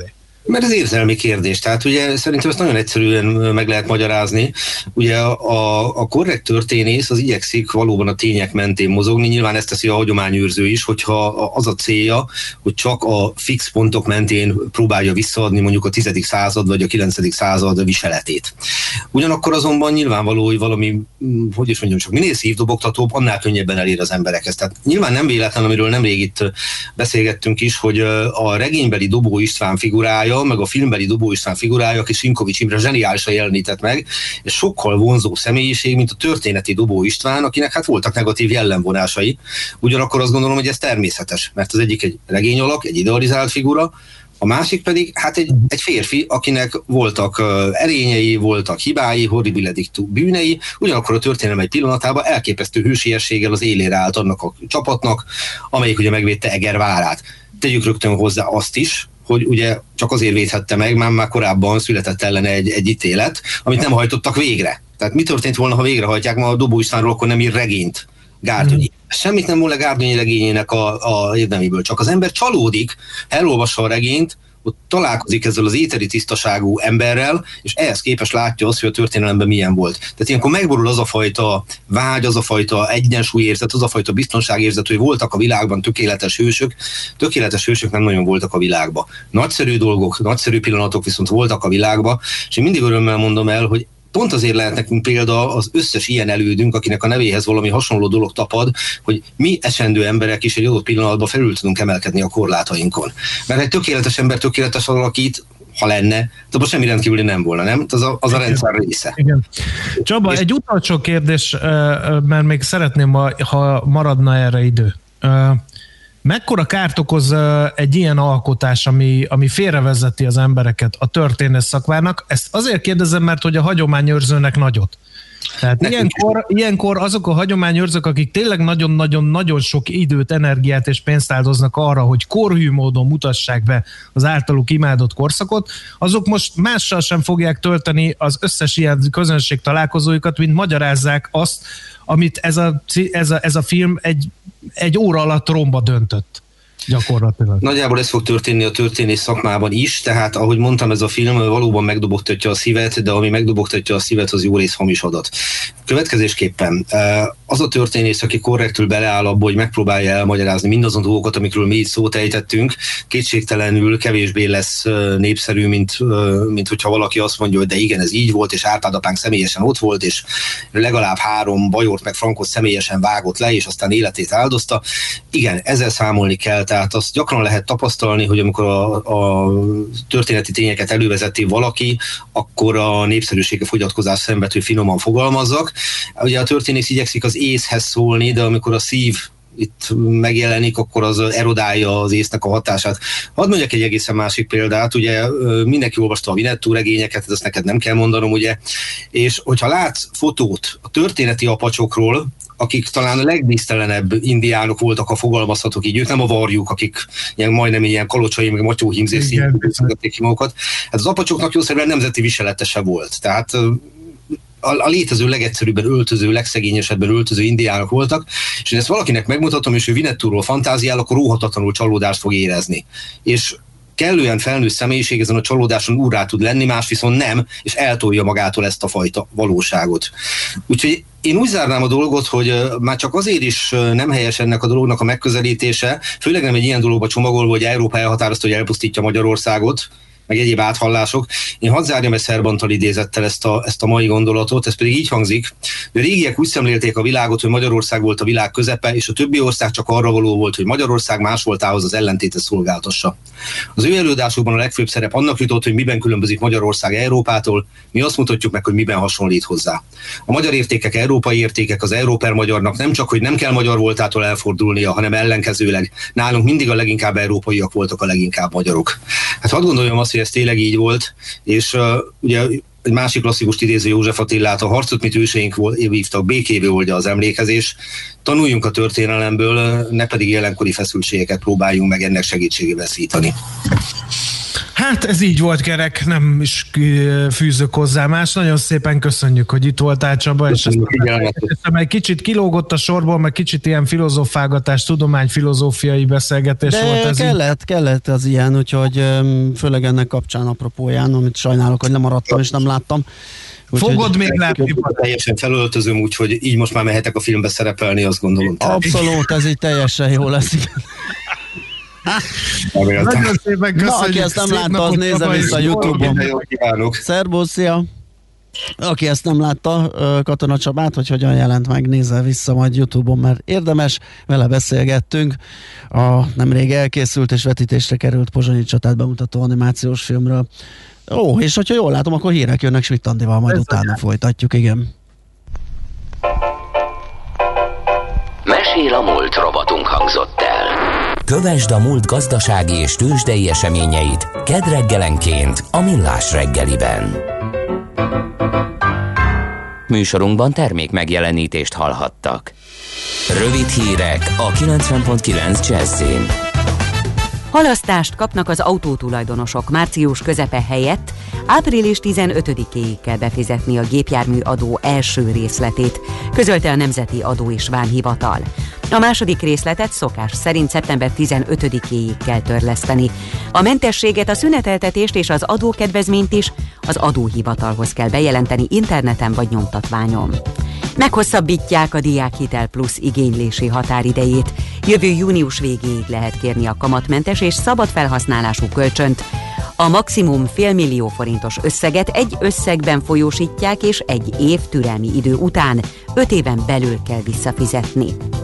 Mert ez érzelmi kérdés, tehát ugye szerintem ezt nagyon egyszerűen meg lehet magyarázni. Ugye a korrekt történész az igyekszik valóban a tények mentén mozogni, nyilván ezt teszi a hagyományőrző is, hogyha az a célja, hogy csak a fix pontok mentén próbálja visszaadni mondjuk a 10. század vagy a 9. század viseletét. Ugyanakkor azonban nyilvánvaló, hogy valami, hogy is mondjam, csak minél szívdobogtatóbb, annál könnyebben elér az emberekhez. Tehát nyilván nem véletlen, amiről nemrég itt beszélgettünk is, hogy a regénybeli Dobó István figurája, meg a filmbeli Dobó István figurája, aki Sinkovics Imre zseniálisan jelenített meg, és sokkal vonzó személyiség, mint a történeti Dobó István, akinek hát voltak negatív jellemvonásai. Ugyanakkor azt gondolom, hogy ez természetes, mert az egyik egy regényalak, egy idealizált figura, a másik pedig hát egy férfi, akinek voltak erényei, voltak hibái, horribile dictu bűnei, ugyanakkor a történelem egy pillanatában elképesztő hősiességgel az élére állt annak a csapatnak, amelyik ugye megvédte Eger várát. Tegyük rögtön hozzá azt is, hogy ugye csak azért védhette meg, már korábban született ellene egy ítélet, amit nem hajtottak végre. Tehát mi történt volna, ha végrehajtják, ma a Dobó Istvánról akkor nem ír regényt Gárdonyi. Semmit nem mond le Gárdonyi regényének a érdeméből, csak az ember csalódik, elolvassa a regényt, ott találkozik ezzel az éteri tisztaságú emberrel, és ehhez képest látja azt, hogy a történelemben milyen volt. Tehát ilyenkor megborul az a fajta vágy, az a fajta egyensúlyérzet, az a fajta biztonságérzet, hogy voltak a világban tökéletes hősök nem nagyon voltak a világban. Nagyszerű dolgok, nagyszerű pillanatok viszont voltak a világban, és én mindig örömmel mondom el, hogy pont azért lehet nekünk példa az összes ilyen elődünk, akinek a nevéhez valami hasonló dolog tapad, hogy mi esendő emberek is egy adott pillanatban felül tudunk emelkedni a korlátainkon. Mert egy tökéletes ember tökéletes alakít, ha lenne, abban semmi rendkívüli nem volna, nem? Az a rendszer része.
Igen. Csaba, egy utolsó kérdés, mert még szeretném, ha maradna erre idő. Mekkora kárt okoz egy ilyen alkotás, ami félrevezeti az embereket a történész szakmának? Ezt azért kérdezem, mert hogy a hagyományőrzőnek nagyot. Tehát ilyenkor azok a hagyományőrzők, akik tényleg nagyon-nagyon-nagyon sok időt, energiát és pénzt áldoznak arra, hogy korhű módon mutassák be az általuk imádott korszakot, azok most mással sem fogják tölteni az összes ilyen közönség találkozóikat, mint magyarázzák azt, amit ez a film egy óra alatt romba döntött. Gyakorlatilag.
Nagyjából ez fog történni a történész szakmában is, tehát ahogy mondtam, ez a film valóban megdobogtatja a szívet, de ami megdobogtatja a szívet, az jó rész hamis adat. Következésképpen az a történész, aki korrektül beleáll abba, hogy megpróbálja elmagyarázni mindazon dolgokat, amikről mi itt szót ejtettünk, kétségtelenül kevésbé lesz népszerű, mint hogyha valaki azt mondja, hogy de igen, ez így volt, és Árpád-apánk személyesen ott volt, és legalább 3 Bajort meg Frankot személyesen vágott le, és aztán életét áldozta. Igen, ezzel számolni kell, tehát azt gyakran lehet tapasztalni, hogy amikor a történeti tényeket elővezeti valaki, akkor a népszerűsége fogyatkozás szenved, hogy finoman fogalmazzak. Ugye a történész igyekszik az észhez szólni, de amikor a szív itt megjelenik, akkor az erodálja az észnek a hatását. Hadd mondjak egy egészen másik példát, ugye mindenki olvasta a Winnetou regényeket, ezt neked nem kell mondanom, ugye, és hogyha látsz fotót a történeti apacsokról, akik talán a legdísztelenebb indiánok voltak, ha fogalmazhatok így, ők nem a varjuk, akik majdnem ilyen kalocsai, meg matyóhímzés színűztették ki magukat. Hát az apacsoknak jószerűen nemzeti viselete se volt. Tehát a létező legegyszerűbben öltöző, legszegényesebben öltöző indiánok voltak, és én ezt valakinek megmutatom, és ő Winnetouról fantáziál, akkor óhatatlanul csalódást fog érezni. És kellően felnőtt személyiség ezen a csalódáson úrrá tud lenni, más viszont nem, és eltolja magától ezt a fajta valóságot. Úgyhogy én úgy zárnám a dolgot, hogy már csak azért is nem helyes ennek a dolognak a megközelítése, főleg nem egy ilyen dologba csomagolva, hogy Európa elhatározta, hogy elpusztítja Magyarországot, meg egyéb áthallások. Én hadd zárjam Szerbantal idézettel ezt a mai gondolatot, ez pedig így hangzik, hogy a régiek úgy szemlélték a világot, hogy Magyarország volt a világ közepe, és a többi ország csak arra való volt, hogy Magyarország más voltához az ellentétet szolgáltassa. Az ő előadásukban a legfőbb szerep annak jutott, hogy miben különbözik Magyarország Európától, mi azt mutatjuk meg, hogy miben hasonlít hozzá. A magyar értékek európai értékek, az európer magyarnak nem csak, hogy nem kell magyar voltától elfordulnia, hanem ellenkezőleg nálunk mindig a leginkább európaiak voltak a leginkább magyarok. Hát hadd gondoljam azt, hogy ez tényleg így volt, és ugye egy másik klasszikust idéző József Attilát, a harcot, mit őseink vívtak, békévé oldja az emlékezés. Tanuljunk a történelemből, ne pedig jelenkori feszültségeket próbáljunk meg ennek segítségével szítani.
Hát ez így volt, kerek, nem is fűzök hozzá más. Nagyon szépen köszönjük, hogy itt voltál, Csaba, és egy kicsit kilógott a sorból, meg kicsit ilyen filozofálgatás, tudományfilozófiai beszélgetés
de
volt ez.
kellett az ilyen, úgyhogy főleg ennek kapcsán apropóján, amit sajnálok, hogy lemaradtam és nem láttam.
Fogod még látni?
Teljesen felöltözöm, úgyhogy így most már mehetek a filmbe szerepelni, azt gondolom.
Abszolút, ez így teljesen jó lesz.
Nagyon szépen köszönjük.
Na, aki ezt nem látta, az nézze vissza a YouTube-on. Szerbusz, szia! Aki ezt nem látta, Katona Csabát, hogy hogyan jelent meg, nézze vissza majd YouTube-on, mert érdemes, vele beszélgettünk a nemrég elkészült és vetítésre került Pozsonyi csatát bemutató animációs filmről. Ó, és hogyha jól látom, akkor hírek jönnek Schmidt Andival, majd utána folytatjuk, igen.
Mesél a múlt robotunk hangzott el. Kövesd a múlt gazdasági és tőzsdei eseményeit kedd reggelenként a Millás reggeliben. Műsorunkban termék megjelenítést hallhattak. Rövid hírek a 90.9 Jazzin.
Halasztást kapnak az autótulajdonosok. Március közepe helyett április 15-éig kell befizetni a gépjármű adó első részletét, közölte a Nemzeti Adó és Vámhivatal. A második részletet szokás szerint szeptember 15-éig kell törleszteni. A mentességet, a szüneteltetést és az adókedvezményt is az adóhivatalhoz kell bejelenteni interneten vagy nyomtatványon. Meghosszabbítják a Diákhitel Plusz igénylési határidejét. Jövő június végéig lehet kérni a kamatmentes és szabad felhasználású kölcsönt. A maximum $500 000 forintos összeget egy összegben folyósítják, és egy év türelmi idő után 5 éven belül kell visszafizetni.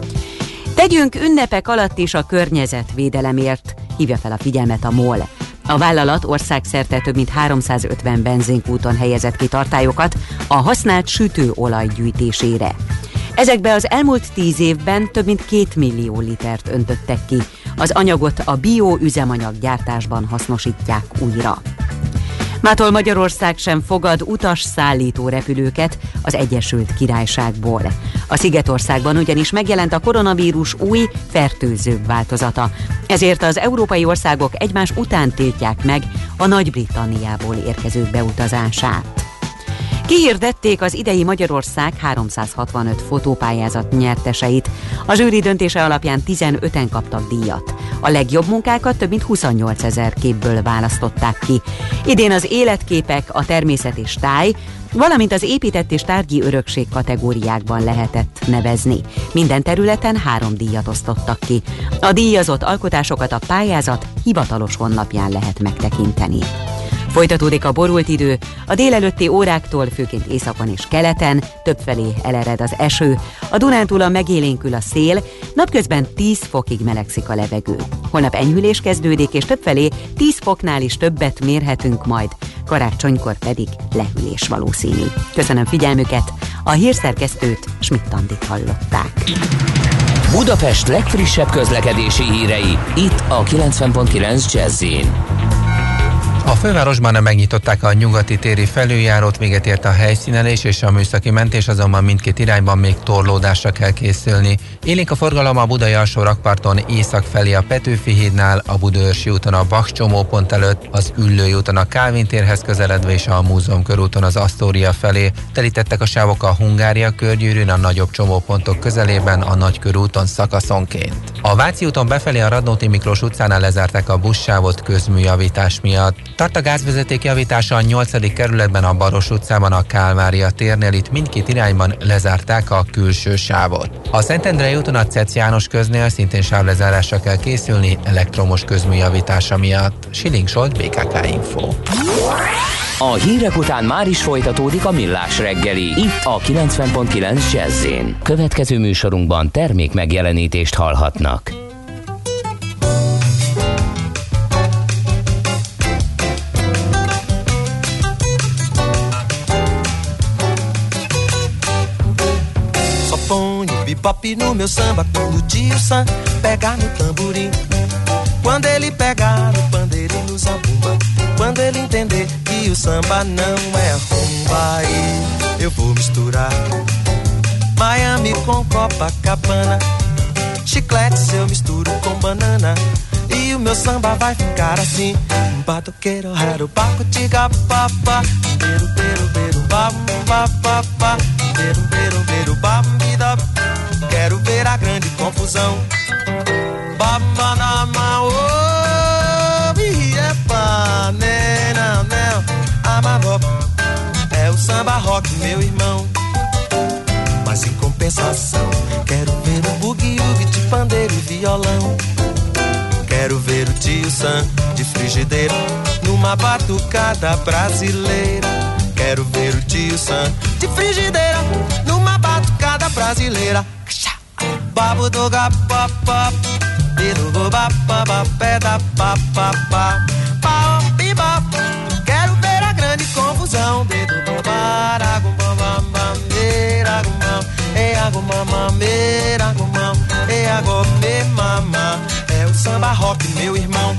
Tegyünk ünnepek alatt is a környezetvédelemért, hívja fel a figyelmet a MOL. A vállalat országszerte több mint 350 benzinkúton helyezett ki tartályokat a használt sütőolaj gyűjtésére. Ezekbe az elmúlt 10 évben több mint 2 millió litert öntöttek ki. Az anyagot a bioüzemanyag gyártásban hasznosítják újra. Mától Magyarország sem fogad utasszállító repülőket az Egyesült Királyságból. A Szigetországban ugyanis megjelent a koronavírus új, fertőzőbb változata. Ezért az európai országok egymás után tiltják meg a Nagy-Britanniából érkezők beutazását. Kihirdették az idei Magyarország 365 fotópályázat nyerteseit. A zsűri döntése alapján 15-en kaptak díjat. A legjobb munkákat több mint 28 000 képből választották ki. Idén az életképek, a természet és táj, valamint az épített és tárgyi örökség kategóriákban lehetett nevezni. Minden területen 3 díjat osztottak ki. A díjazott alkotásokat a pályázat hivatalos honlapján lehet megtekinteni. Folytatódik a borult idő, a délelőtti óráktól főként északon és keleten, többfelé elered az eső, a Dunántúlon megélénkül a szél, napközben 10 fokig melegszik a levegő. Holnap enyhülés kezdődik, és többfelé 10 foknál is többet mérhetünk majd, karácsonykor pedig lehűlés valószínű. Köszönöm figyelmüket, a hírszerkesztőt, Schmidt Andit hallották.
Budapest legfrissebb közlekedési hírei, itt a 90.9 Jazzin.
A fővárosban megnyitották a nyugati téri felüljárót, véget ért a helyszínelés és a műszaki mentés, azonban mindkét irányban még torlódásra kell készülni. Élénk a forgalom a Budai alsó rakparton észak felé a Petőfi hídnál, a Budaörsi úton a Bach csomópont előtt, az Üllői úton a Kálvin térhez közeledve és a Múzeum körúton az Asztória felé. Telítettek a sávok a Hungária körgyűrűn, a nagyobb csomópontok közelében, a Nagykörúton szakaszonként. A Váci úton befelé a Radnóti Miklós utcánál lezárták a buszsávot közműjavítás miatt. Tart a gázvezeték javítása a 8. kerületben a Baros utcában a Kálmária térnél, itt mindkét irányban lezárták a külső sávot. A Szentendrei úton a Cec János köznél szintén sávlezárásra kell készülni elektromos közműjavítása miatt. Schilling Zsolt, BKK Info.
A hírek után már is folytatódik a Millás reggeli, itt a 90.9 Jazz-in. Következő műsorunkban termék megjelenítést hallhatnak.
Bebop no meu samba, quando o tio Sam pegar no tamborim, quando ele pegar no pandeiro e no zabumba, quando ele entender que o samba não é rumba, aí eu vou misturar Miami com Copacabana, chiclete eu misturo com banana, E o meu samba vai ficar assim. Batoqueiro, raro, paco, tiga, papá. Beiro, beiro, beiro, bam, papá. Beiro, beiro, beiro, bam, bida. Quero ver a grande confusão. Babanama, oh, biepa, né, não, não. Amabó, é o samba rock, meu irmão. Mas em compensação, quero ver o bugue-ugue de pandeiro e violão. Quero ver o tio Sam de frigideira numa batucada brasileira. Quero ver o tio Sam de frigideira numa batucada brasileira. Babo do gapapá, dedo do bapapá, pé da papapá, pau, piba. Quero ver a grande confusão. Dedo do baragumam, meiragumam, eagumam, meiragumam, eagomê, mamá. É o samba rock, meu irmão.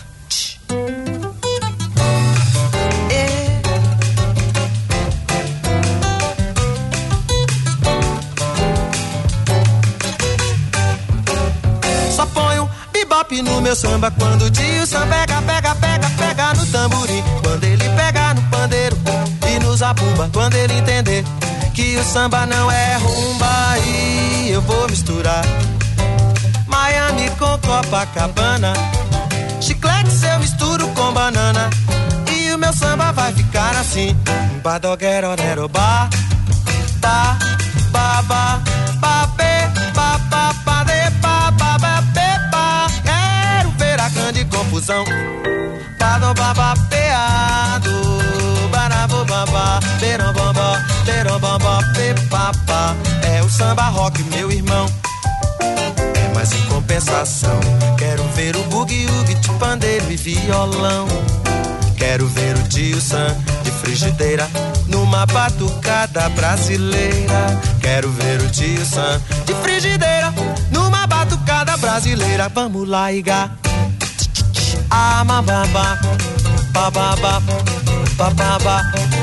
Só ponho bebop no meu samba quando o tio Sam pega, pega, pega, pega no tamborim. Quando ele pega no pandeiro e no zabumba. Quando ele entender que o samba não é rumba, e eu vou misturar Miami com Copacabana. Chiclete eu misturo com banana. E o meu samba vai ficar assim. Badoguero, nero, ba, ta, ba, ba, ba, be, ba, ba, ba, de, ba, ba, ba, be, ba. Quero ver a grande confusão. Bado, ba, ba, beado, barabo, ba, ba, berom, ba, ba, berom, ba, ba, be, ba, ba. É o samba rock, meu irmão. Mas em compensação, quero ver o bugue-ugue de pandeiro e violão. Quero ver o tio Sam de frigideira numa batucada brasileira. Quero ver o tio Sam de frigideira numa batucada brasileira. Vamos lá, Iga. Ah, mababa, bababa, bababa.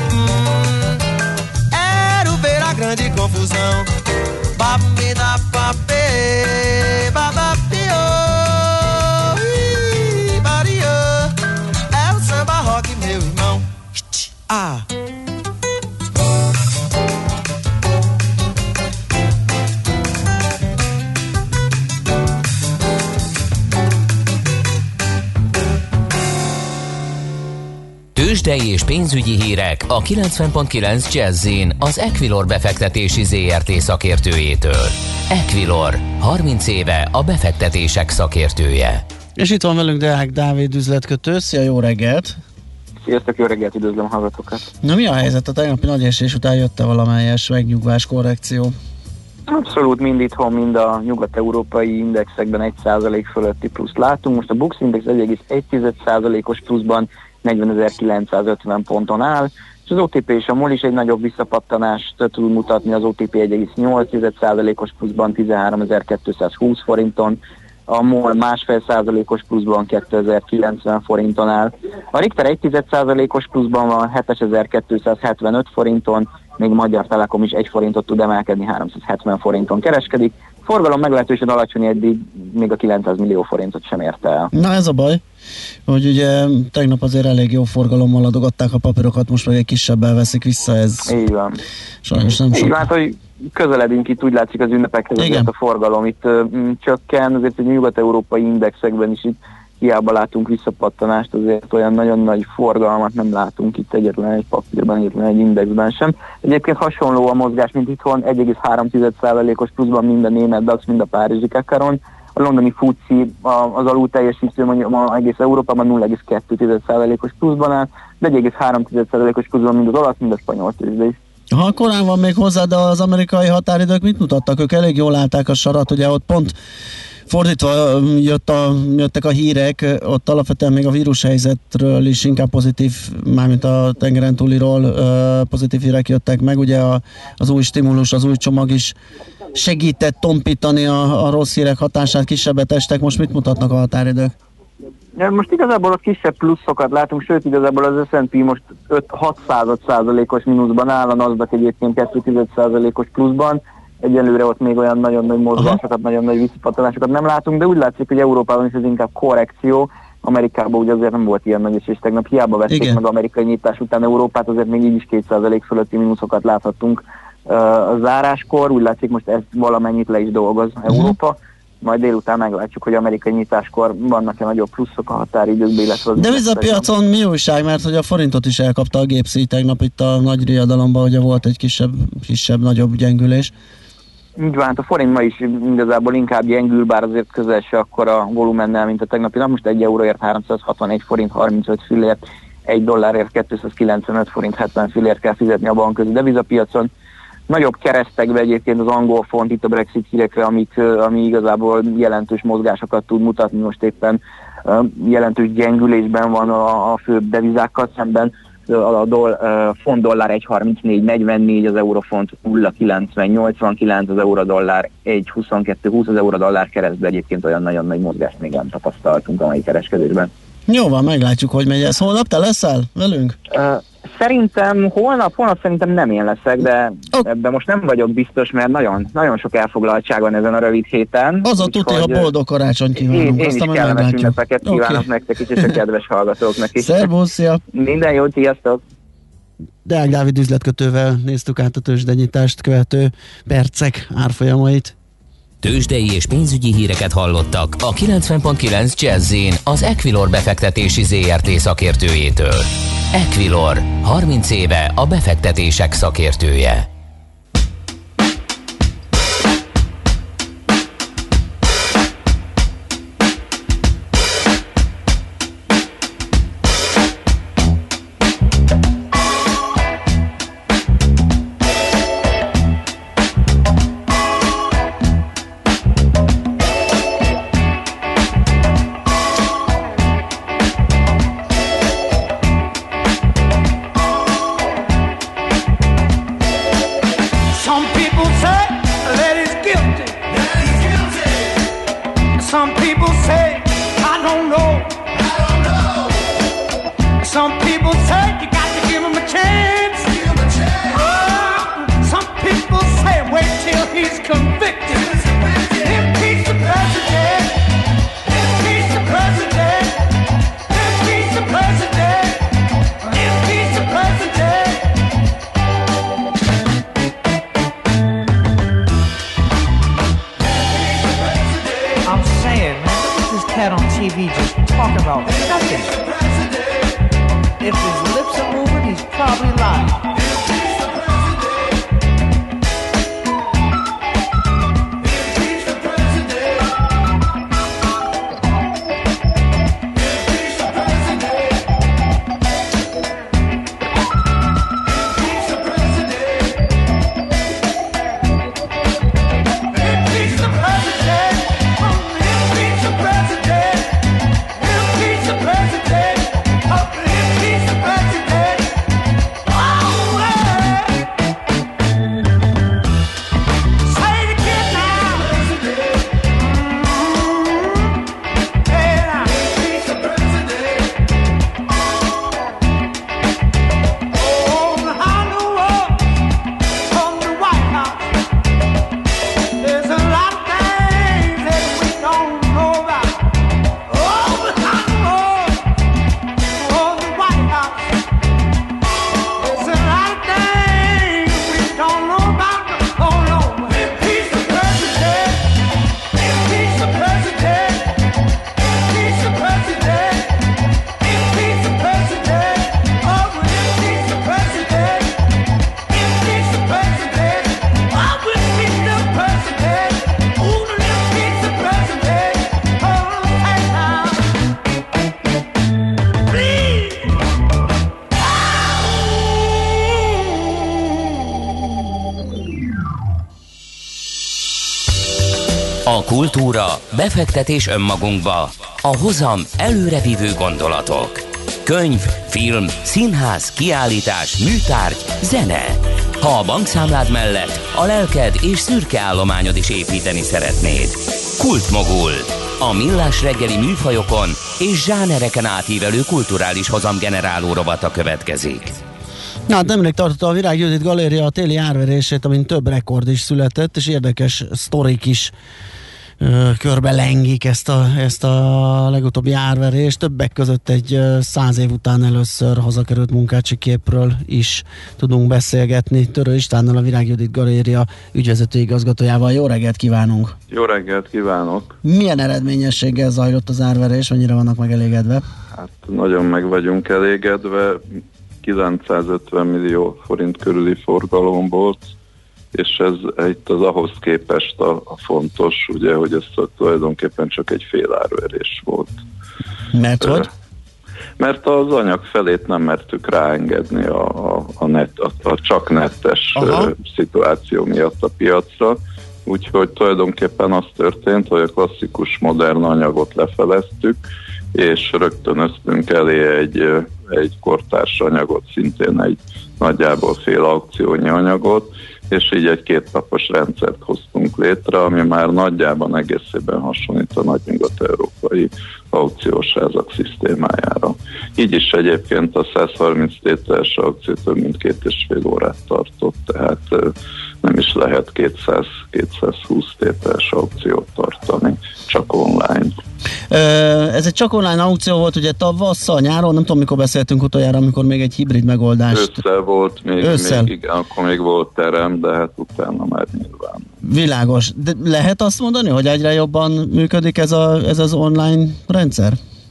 Quero ver a grande confusão. Babida, papê, babapio, bario. É o samba rock, meu irmão. Ah.
Tőzsdei és pénzügyi hírek a 90.9 Jazz-in az Equilor befektetési ZRT szakértőjétől. Equilor, 30 éve a befektetések szakértője.
És itt van velünk Deák Dávid üzletkötő. Szia, jó reggelt!
Sziasztok, jó reggelt, üdvözlöm a hallgatókat!
Na, mi a helyzet? A tegnapi nagy esés után jött-e valamelyes megnyugvás korrekció?
Abszolút mind itthon, mind a nyugat-európai indexekben 1% fölötti pluszt látunk. Most a Bux Index 1,1%-os pluszban 40.950 ponton áll, és az OTP és a MOL is egy nagyobb visszapattanást tud mutatni, az OTP 1,8%-os pluszban 13.220 forinton, a MOL 1,5%-os pluszban 2090 forinton áll. A Richter 1,1%-os pluszban van 7275 forinton, még Magyar Telekom is 1 forintot tud emelkedni, 370 forinton kereskedik. Forgalom meglehetősen alacsony, eddig még a 900 millió forintot sem érte el.
Na, ez a baj, hogy ugye tegnap azért elég jó forgalommal adogatták a papírokat, most meg egy kisebbel veszik vissza, ez
így van.
Sajnos nem sok.
Így van, hogy közeledünk itt, úgy látszik az ünnepekhez, azért a forgalom itt csökken, azért egy nyugat-európai indexekben is itt hiába látunk visszapattanást, azért olyan nagyon nagy forgalmat nem látunk itt egyetlen egy papírban, egyetlen egy indexben sem. Egyébként hasonló a mozgás, mint itthon, 1,3%-os pluszban mind a német DAX, mind a párizsi Kakaron. A londoni FTSE az alul teljesítő, mondjuk egész Európában 0,2%-os pluszban áll, de 1,3%-os pluszban mind az olasz, mind a spanyol tőzsde is.
Ha korán van még hozzá, de az amerikai határidők mit mutattak? Ők elég jól állták a sarat, ugye ott pont fordítva jöttek a hírek, ott alapvetően még a vírushelyzetről is inkább pozitív, mármint a tengeren túliról pozitív hírek jöttek meg, ugye az új stimulus, az új csomag is segített tompítani a rossz hírek hatását, kisebbet estek, most mit mutatnak a határidők?
Ja, most igazából a kisebb pluszokat látunk, sőt igazából az S&P most 5-6%-os mínuszban áll, a Nasdaq egyébként 2,1%-os pluszban, Egyelőre ott még olyan nagyon nagy mozgásokat, nagyon nagy visszapattanásokat nem látunk, de úgy látszik, hogy Európában is ez inkább korrekció. Amerikában ugye azért nem volt ilyen nagy és tegnap hiába vették meg amerikai nyitás után Európát, azért még így is 2% fölötti mínuszokat láthattunk a záráskor. Úgy látszik, most ez valamennyit le is dolgoz Európa. Majd délután meglátjuk, hogy amerikai nyitáskor vannak-e nagyobb pluszok a határidőkbe, illetve...
De vízpiacon mi újság, mert hogy a forintot is elkapta a gépszíj tegnap itt a nagy riadalomban, ugye volt egy kisebb-nagyobb gyengülés.
Így van, hát a forint ma is igazából inkább gyengül, bár azért közel se akkor a volumennel, mint a tegnapi nap. Most 1 euróért 361 forint 35 fillért, 1 dollárért 295 forint 70 fillért kell fizetni a bankközi devizapiacon. Nagyobb keresztekbe egyébként az angol font itt a Brexit hírekre, ami igazából jelentős mozgásokat tud mutatni, most éppen jelentős gyengülésben van a főbb devizákkal szemben. A font dollár 1.34.44, az eurofont 0.90.89, az euró dollár 1.22.20, az euró dollár keresztbe egyébként olyan nagyon nagy mozgást még nem tapasztaltunk a mai kereskedésben.
Jó van, meglátjuk, hogy megy ez. Holnap te leszel velünk?
Szerintem holnap szerintem nem én leszek, de ebben most nem vagyok biztos, mert nagyon, nagyon sok elfoglaltság van ezen a rövid héten.
Az a tuti, a boldog karácsony kívánunk.
Én is kellemes ünnepeket kívánok nektek is, és a kedves hallgatóknak is.
Szervusz, szia!
Minden jót, sziasztok!
Deák Dávid üzletkötővel néztük át a tőzsdenyitást követő percek árfolyamait.
Tőzsdei és pénzügyi híreket hallottak a 90.9 Jazz-in az Equilor befektetési ZRT szakértőjétől. Equilor, 30 éve a befektetések szakértője. Kultúra, befektetés önmagunkba, a hozam előrevívő gondolatok. Könyv, film, színház, kiállítás, műtárgy, zene. Ha a bankszámlád mellett a lelked és szürke állományod is építeni szeretnéd. Kultmogul. A millás reggeli műfajokon és zsánereken átívelő kulturális hozamgeneráló rovata következik.
Na, hát nemrég tartotta a Virág Judit Galéria a téli árverését, amin több rekord is született, és érdekes sztorik is körbe lengik ezt a legutóbbi árverést. Többek között egy 100 év után először hazakerült Munkácsi képről is tudunk beszélgetni. Törő Istvánnal, a Virág Judit Galéria ügyvezető igazgatójával. Jó reggelt kívánunk!
Jó reggelt kívánok!
Milyen eredményességgel zajlott az árverés? Mennyire vannak megelégedve?
Hát nagyon meg vagyunk elégedve. 950 millió forint körüli forgalom volt, és ez itt az ahhoz képest a fontos, ugye, hogy ez tulajdonképpen csak egy fél árverés volt.
Mert hogy?
Mert az anyag felét nem mertük ráengedni a csak nettes szituáció miatt a piacra, úgyhogy tulajdonképpen az történt, hogy a klasszikus modern anyagot lefeleztük, és rögtönöztünk elé egy kortárs anyagot, szintén egy nagyjából fél aukciónyi anyagot, és így egy 2 napos rendszert hoztunk létre, ami már nagyjában egészében hasonlít a nagy nyugat-európai aukciós házak szisztémájára. Így is egyébként a 130 tételes aukció több mint 2,5 órát tartott, tehát nem is lehet 200-220 tételes aukciót tartani, csak online.
Ez egy csak online aukció volt, ugye tavasszal, nyáron, nem tudom mikor beszéltünk utoljára, amikor még egy hibrid megoldást...
Ősszel volt, még igen, akkor még volt terem, de hát utána már nyilván.
Világos. De lehet azt mondani, hogy egyre jobban működik ez az online rendszer?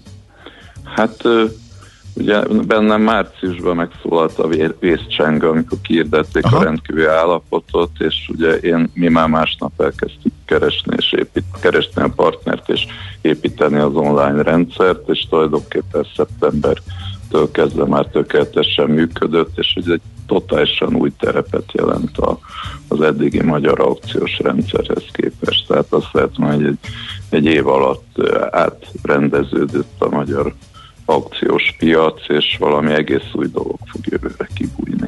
Hát ugye bennem márciusban megszólalt a vészcseng, amikor kiirdették a rendkívüli állapotot, és ugye mi már másnap elkezdtük keresni a partnert és építeni az online rendszert, és tulajdonképpen szeptembertől kezdve már tökéletesen működött, és ugye egy totálisan új terepet jelent az eddigi magyar aukciós rendszerhez képest. Tehát azt lehet mondani, hogy egy év alatt átrendeződött a magyar aukciós piac, és valami egész új dolog fog jövőre kibújni.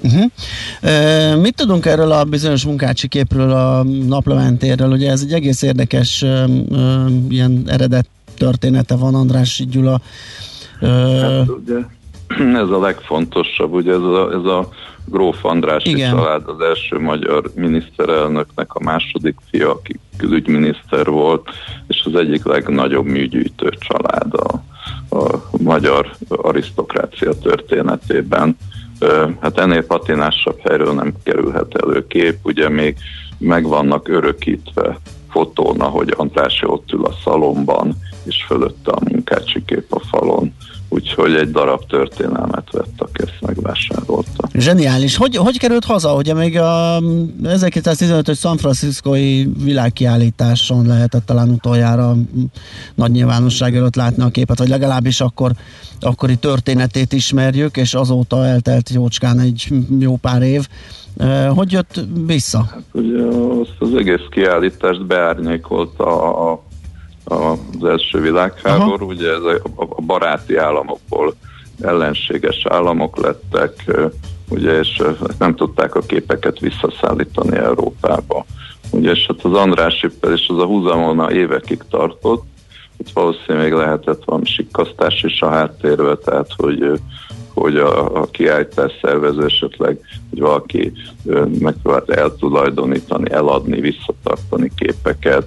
Mit tudunk erről a bizonyos Munkácsi képről, a Naplementérről? Ugye ez egy egész érdekes ilyen eredet története van, Andrássy Gyula.
Hát ugye ez a legfontosabb, ugye ez a gróf Andrássy család az első magyar miniszterelnöknek a második fia, aki külügyminiszter volt, és az egyik legnagyobb műgyűjtő család a magyar arisztokrácia történetében. Hát ennél patinásabb helyről nem kerülhet elő kép, ugye még meg vannak örökítve fotón, ahogy Andrássy ott ül a szalomban, és fölötte a Munkácsi kép a falon. Úgyhogy egy darab történelmet vettek, ezt megvásárolta.
Zseniális. Hogy került haza? Ugye még a 1915-ös San Franciscói világkiállításon lehetett talán utoljára nagy nyilvánosság előtt látni a képet, vagy legalábbis akkori történetét ismerjük, és azóta eltelt jócskán egy jó pár év. Hogy jött vissza?
Hát ugye azt az egész kiállítást beárnyékolta az első világháború, ugye ez a baráti államokból ellenséges államok lettek, ugye, és nem tudták a képeket visszaszállítani Európába. Ugye, és hát az Andrássy-pel és az a húzamona évekig tartott, itt valószínűleg még lehetett valami sikkasztás is a háttérben, tehát hogy a kiállítás szervező esetleg, hogy valaki megpróbált eltulajdonítani, eladni, visszatartani képeket.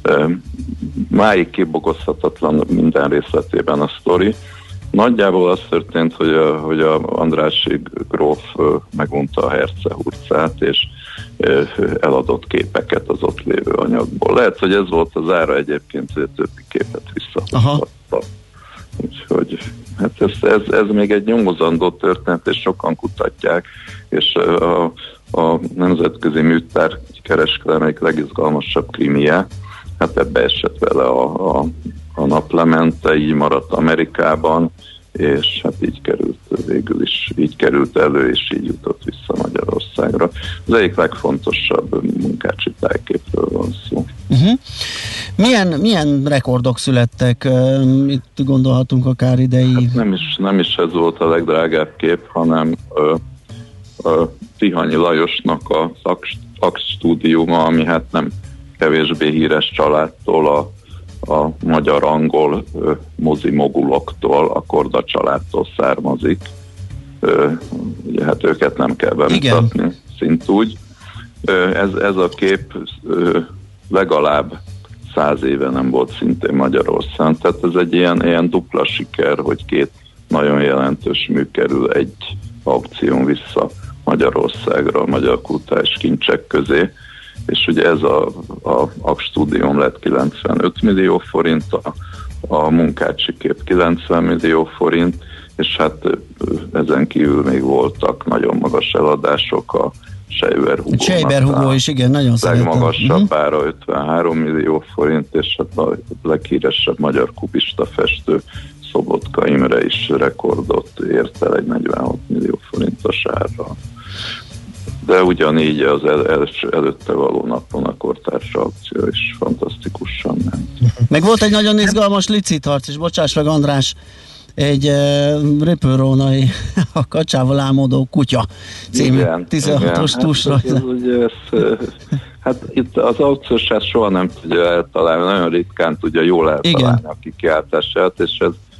Máig kibogozhatatlan minden részletében a sztori. Nagyjából az történt, hogy a Andrássy gróf megunta a herce hurcát, és eladott képeket az ott lévő anyagból. Lehet, hogy ez volt az ára egyébként, hogy a többi képet visszatartta. Úgyhogy hát ez még egy nyomozandó történet, és sokan kutatják, és a nemzetközi műtár kereskedelem egyik legizgalmasabb krimije, hát ebbe esett vele a Naplemente, így maradt Amerikában, és hát így került végül is, így került elő, és így jutott vissza Magyarországra. Az egyik legfontosabb Munkácsi tájképről van szó.
Milyen rekordok születtek? Itt gondolhatunk akár idei...
Hát nem is ez volt a legdrágább kép, hanem Tihanyi Lajosnak az Akt stúdiuma, ami hát nem kevésbé híres családtól, a magyar-angol mozi moguloktól, a Korda családtól származik, ugye hát őket nem kell bemutatni, szintúgy. Ez a kép legalább 100 éve nem volt szintén Magyarországon, tehát ez egy ilyen dupla siker, hogy két nagyon jelentős mű kerül egy aukción vissza Magyarországra, a magyar kulturális kincsek közé, és ugye ez a Aktstúdióm lett 95 millió forint, a Munkácsi kép 90 millió forint, és hát ezen kívül még voltak nagyon magas eladások, a
Seiber Hugo is, igen, nagyon szeretem.
Legmagasabb ára 53 millió forint, és hát a leghíresebb magyar kubista festő Szobotka Imre is rekordot ért el egy 46 millió forintos árral. De ugyanígy az előtte való napon a kortárs aukció is fantasztikusan ment.
Meg volt egy nagyon izgalmas licitharc is, bocsáss meg András, egy röpőrónai a kacsával álmodó kutya című 16-os túlsrajza.
Hát itt az aukciósát soha nem tudja eltalálni, nagyon ritkán tudja jól eltalálni a kikiáltását, és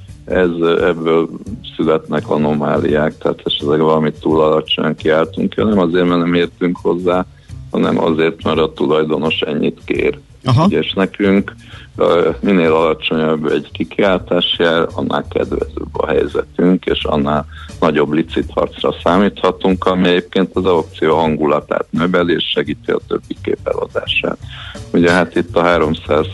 ebből születnek anomáliák, tehát esetleg valamit túl alacsonyan kiáltunk, nem azért, mert nem értünk hozzá, hanem azért, mert a tulajdonos ennyit kér. Ugye, és nekünk minél alacsonyabb egy kikiáltásjel, annál kedvezőbb a helyzetünk, és annál nagyobb licitharcra számíthatunk, ami egyébként az aukció hangulatát növeli, és segíti a többi kép eladását. Ugye hát itt a 300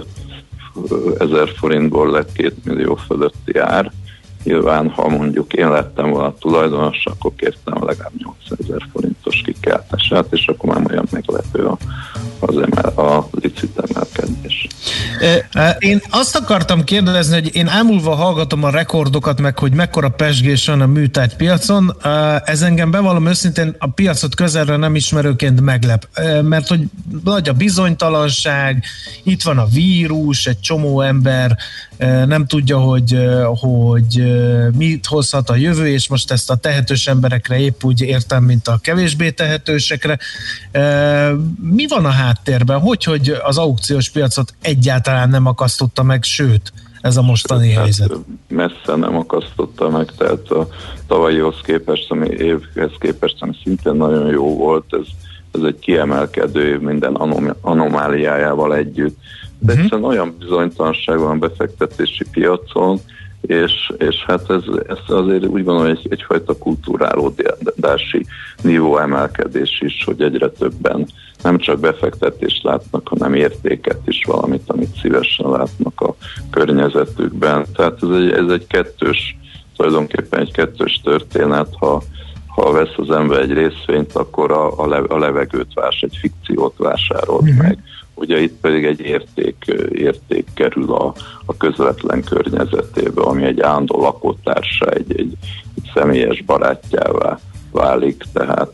000 forintból lett 2 millió fölötti ár. Nyilván, ha mondjuk én lettem volna tulajdonos, akkor kértem legalább 800 000 forintos kikiáltását, és akkor már olyan meglepő a licit emelkedés.
Én azt akartam kérdezni, hogy én ámulva hallgatom a rekordokat, meg hogy mekkora pezsgés van a műtárgypiacon. Ez engem, bevallom őszintén, a piacot közelről nem ismerőként meglep. Mert hogy nagy a bizonytalanság, itt van a vírus, egy csomó ember nem tudja, hogy mit hozhat a jövő, és most ezt a tehetős emberekre épp úgy értem, mint a kevésbé tehetősekre. Mi van a háttérben? Hogy az aukciós piacot egyáltalán nem akasztotta meg, sőt, ez a mostani helyzet?
Messze nem akasztotta meg, tehát a tavalyihoz képest, évhez képest, ami szintén nagyon jó volt, ez egy kiemelkedő év minden anomáliájával együtt. De egyszerűen olyan bizonytalanság van a befektetési piacon, és hát ez azért úgy gondolom, hogy egyfajta kulturálódási nívó emelkedés is, hogy egyre többen nem csak befektetést látnak, hanem értéket is, valamit, amit szívesen látnak a környezetükben. Tehát ez egy tulajdonképpen egy kettős történet, ha vesz az ember egy részvényt, akkor a levegőt egy fikciót vásárolt meg. Ugye itt pedig egy érték kerül a közvetlen környezetébe, ami egy állandó lakótársa, egy személyes barátjává válik, tehát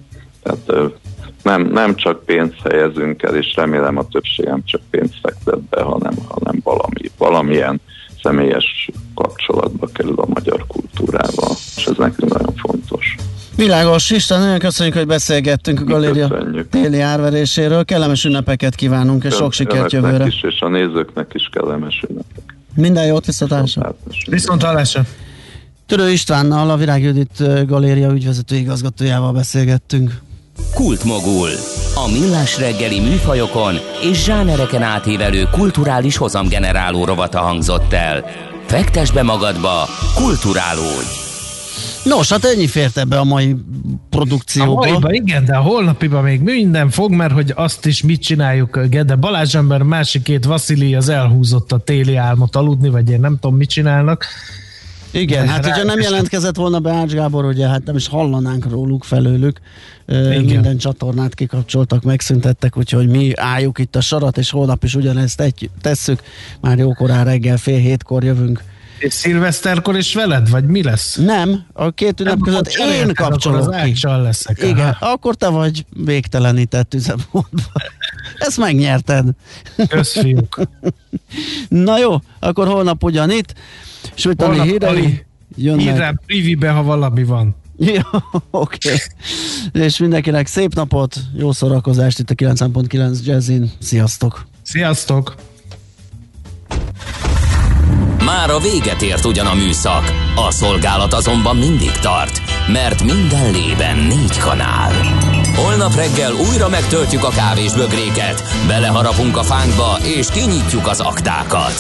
nem csak pénzt helyezünk el, és remélem a többség nem csak pénzt fektet be, hanem valamilyen személyes kapcsolatba kerül a magyar kultúrával, és ez nekünk nagyon fontos.
Világos, István, nagyon köszönjük, hogy beszélgettünk a galéria téli árveréséről. Kellemes ünnepeket kívánunk, és sok sikert jövőre.
Is, és a nézőknek is kellemes ünnepek.
Minden jót, viszontlátásra.
Viszontlátásra.
Törő Istvánnal, a Virág Judit Galéria ügyvezető igazgatójával beszélgettünk.
Kultmogul. A millás reggeli műfajokon és zsánereken átívelő kulturális hozamgeneráló rovata hangzott el. Fektesd be magadba, kulturálódj!
Nos, hát ennyi fért ebbe a mai produkcióba.
A maiba igen, de a holnapiba még minden fog, mert hogy azt is mit csináljuk. Gede Balázs ember, másik két Vaszili az elhúzott a téli álmot aludni, vagy én nem tudom, mit csinálnak.
Igen, hát hogyha nem jelentkezett volna be Ács Gábor, ugye hát nem is hallanánk róluk, felőlük. Minden csatornát kikapcsoltak, megszüntettek, úgyhogy mi álljuk itt a sarat, és holnap is ugyanezt tesszük. Már jókorán reggel 6:30 jövünk.
És szilveszterkor is veled, vagy mi lesz?
Nem, a két ünnep között én kapcsolok ki.
Leszek.
Igen, akkor te vagy végtelenített üzemmódban. Ezt megnyerted.
Köszönjük.
Na jó, akkor holnap ugyanitt. Sőtani hírei
jönnek. Privibe, ha valami van.
Jó, oké. És mindenkinek szép napot, jó szórakozást itt a 90.9 Jazzin. Sziasztok!
Sziasztok!
Már a véget ért ugyan a műszak, a szolgálat azonban mindig tart, mert minden lében 4 kanál. Holnap reggel újra megtöltjük a kávésbögréket, beleharapunk a fánkba és kinyitjuk az aktákat.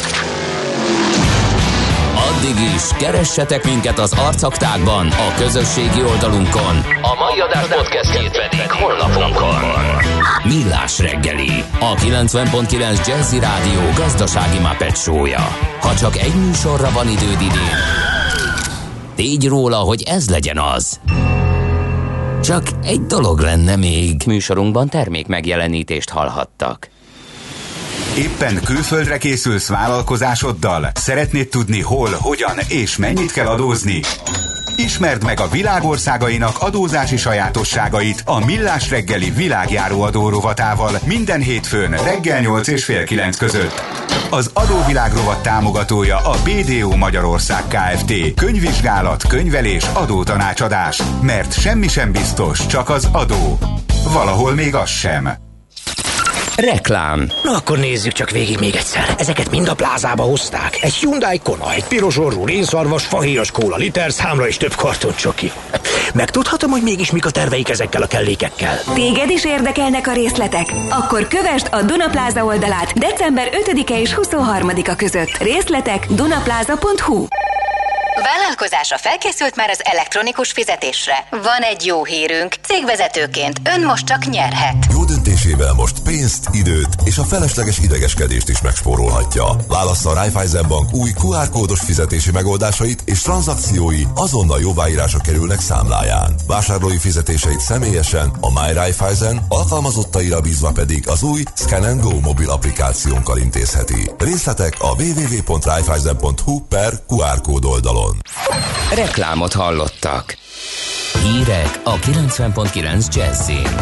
Addig is keressetek minket az arcaktákban, a közösségi oldalunkon. A mai adás podcastjét pedig honlapunkon. Millás reggeli, a 90.9 Jazzy Rádió gazdasági Muppet show-ja. Ha csak egy műsorra van időd idén, tégy róla, hogy ez legyen az. Csak egy dolog lenne még. Műsorunkban termék megjelenítést hallhattak.
Éppen külföldre készülsz vállalkozásoddal? Szeretnéd tudni hol, hogyan és mennyit kell adózni? Ismerd meg a világországainak adózási sajátosságait a Millás reggeli világjáró adó rovatával minden hétfőn reggel 8 és fél 9 között. Az adóvilág rovat támogatója a BDO Magyarország Kft. Könyvvizsgálat, könyvelés, adótanácsadás. Mert semmi sem biztos, csak az adó. Valahol még az sem.
Reklám.
Na akkor nézzük csak végig még egyszer. Ezeket mind a plázába hozták. Egy Hyundai Kona, egy piros orrú rénszarvas, fahéjas kóla, literszámra és több kartoncsoki. Megtudhatom, hogy mégis mik a terveik ezekkel a kellékekkel.
Téged is érdekelnek a részletek? Akkor kövesd a Duna Plaza oldalát december 5-e és 23-a között. Részletek dunapláza.hu.
Vállalkozása felkészült már az elektronikus fizetésre. Van egy jó hírünk. Cégvezetőként ön most csak nyerhet.
Jó döntésével most pénzt, időt és a felesleges idegeskedést is megspórolhatja. Válassza a Raiffeisen Bank új QR kódos fizetési megoldásait, és tranzakciói azonnal jóváírásra kerülnek számláján. Vásárlói fizetéseit személyesen a My Raiffeisen, alkalmazottaira bízva pedig az új Scan & Go mobil applikációnkkal intézheti. Részletek a www.raiffeisen.hu/QR kód oldalon.
Reklámot hallottak. Hírek a 90.9 Jazzyn.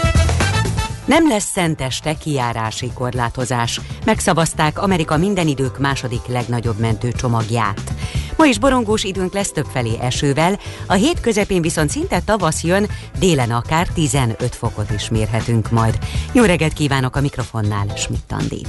Nem lesz szenteste kijárási korlátozás. Megszavazták Amerika minden idők második legnagyobb mentőcsomagját. Ma is borongós időnk lesz, többfelé esővel, a hét közepén viszont szinte tavasz jön, délen akár 15 fokot is mérhetünk majd. Jó reggelt kívánok, a mikrofonnál Schmidt Andi.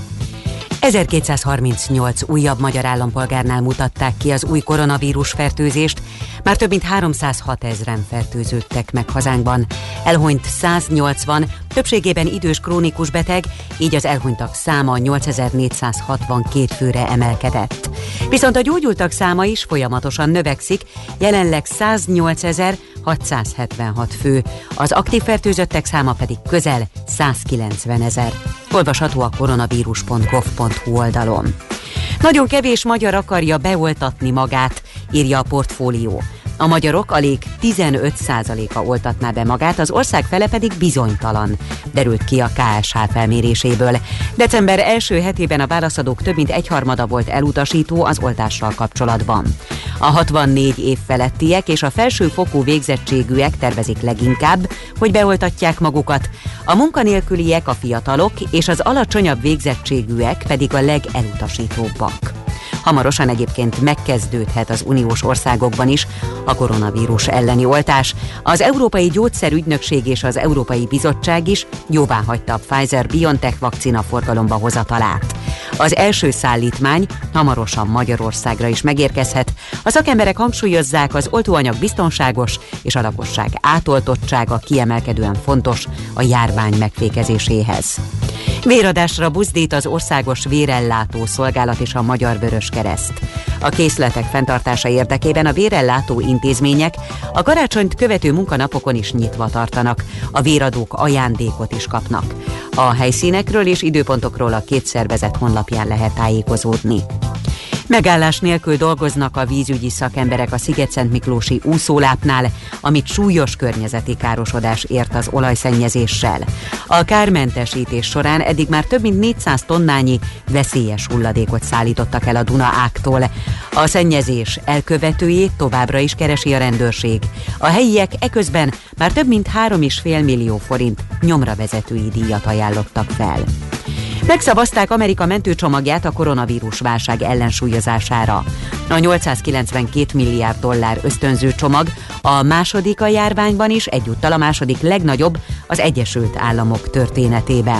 1238 újabb magyar állampolgárnál mutatták ki az új koronavírus fertőzést, már több mint 306 000 fertőződtek meg hazánkban. Elhunyt 180, többségében idős krónikus beteg, így az elhunytak száma 8462 főre emelkedett. Viszont a gyógyultak száma is folyamatosan növekszik, jelenleg 108.676 fő, az aktív fertőzöttek száma pedig közel 190 000. Olvasható a koronavírus.gov.hu oldalon. Nagyon kevés magyar akarja beoltatni magát, írja a Portfólió. A magyarok alig 15%-a oltatná be magát, az ország fele pedig bizonytalan, derült ki a KSH felméréséből. December első hetében a válaszadók több mint egyharmada volt elutasító az oltással kapcsolatban. A 64 év felettiek és a felsőfokú végzettségűek tervezik leginkább, hogy beoltatják magukat, a munkanélküliek, a fiatalok és az alacsonyabb végzettségűek pedig a legelutasítóbbak. Hamarosan egyébként megkezdődhet az uniós országokban is a koronavírus elleni oltás. Az Európai Gyógyszerügynökség és az Európai Bizottság is jóváhagyta a Pfizer-BioNTech vakcina forgalomba hozatalát. Az első szállítmány hamarosan Magyarországra is megérkezhet. A szakemberek hangsúlyozzák, az oltóanyag biztonságos és a lakosság átoltottsága kiemelkedően fontos a járvány megfékezéséhez. Véradásra buzdít az Országos Vérellátó Szolgálat és a Magyar Vöröskereszt. A készletek fenntartása érdekében a vérellátó intézmények a karácsonyt követő munkanapokon is nyitva tartanak. A véradók ajándékot is kapnak. A helyszínekről és időpontokról a két szervezet honlapján lehet tájékozódni. Megállás nélkül dolgoznak a vízügyi szakemberek a Szigetszentmiklósi úszólápnál, amit súlyos környezeti károsodás ért az olajszennyezéssel. A kármentesítés során eddig már több mint 400 tonnányi veszélyes hulladékot szállítottak el a Duna ágtól. A szennyezés elkövetőjét továbbra is keresi a rendőrség. A helyiek eközben már több mint 3,5 millió forint nyomravezetői díjat ajánlottak fel. Megszavazták Amerika mentőcsomagját a koronavírus válság ellensúlyozására. A $892 milliárd ösztönző csomag a második a járványban is, egyúttal a második legnagyobb az Egyesült Államok történetében.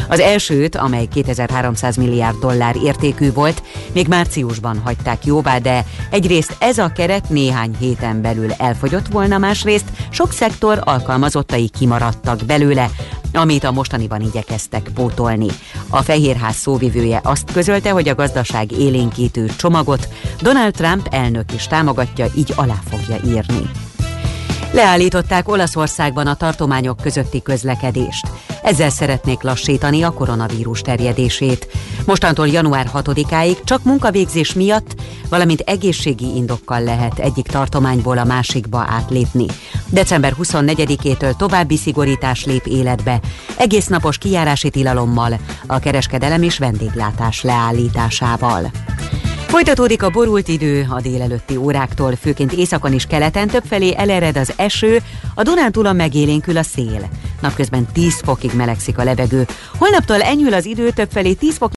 Az elsőt, amely 2300 milliárd dollár értékű volt, még márciusban hagyták jóvá, de egyrészt ez a keret néhány héten belül elfogyott volna, másrészt sok szektor alkalmazottai kimaradtak belőle, amit a mostaniban igyekeztek pótolni. A Fehérház szóvivője azt közölte, hogy a gazdaság élénkítő csomagot Donald Trump elnök is támogatja, így alá fogja írni. Leállították Olaszországban a tartományok közötti közlekedést. Ezzel szeretnék lassítani a koronavírus terjedését. Mostantól január 6-áig csak munkavégzés miatt, valamint egészségi indokkal lehet egyik tartományból a másikba átlépni. December 24-től további szigorítás lép életbe, egésznapos kijárási tilalommal, a kereskedelem és vendéglátás leállításával. Folytatódik a borult idő, a délelőtti óráktól, főként északon és keleten többfelé elered az eső, a Dunántúlon megélénkül a szél. Napközben 10 fokig melegszik a levegő. Holnaptól enyhül az idő, többfelé 10 fok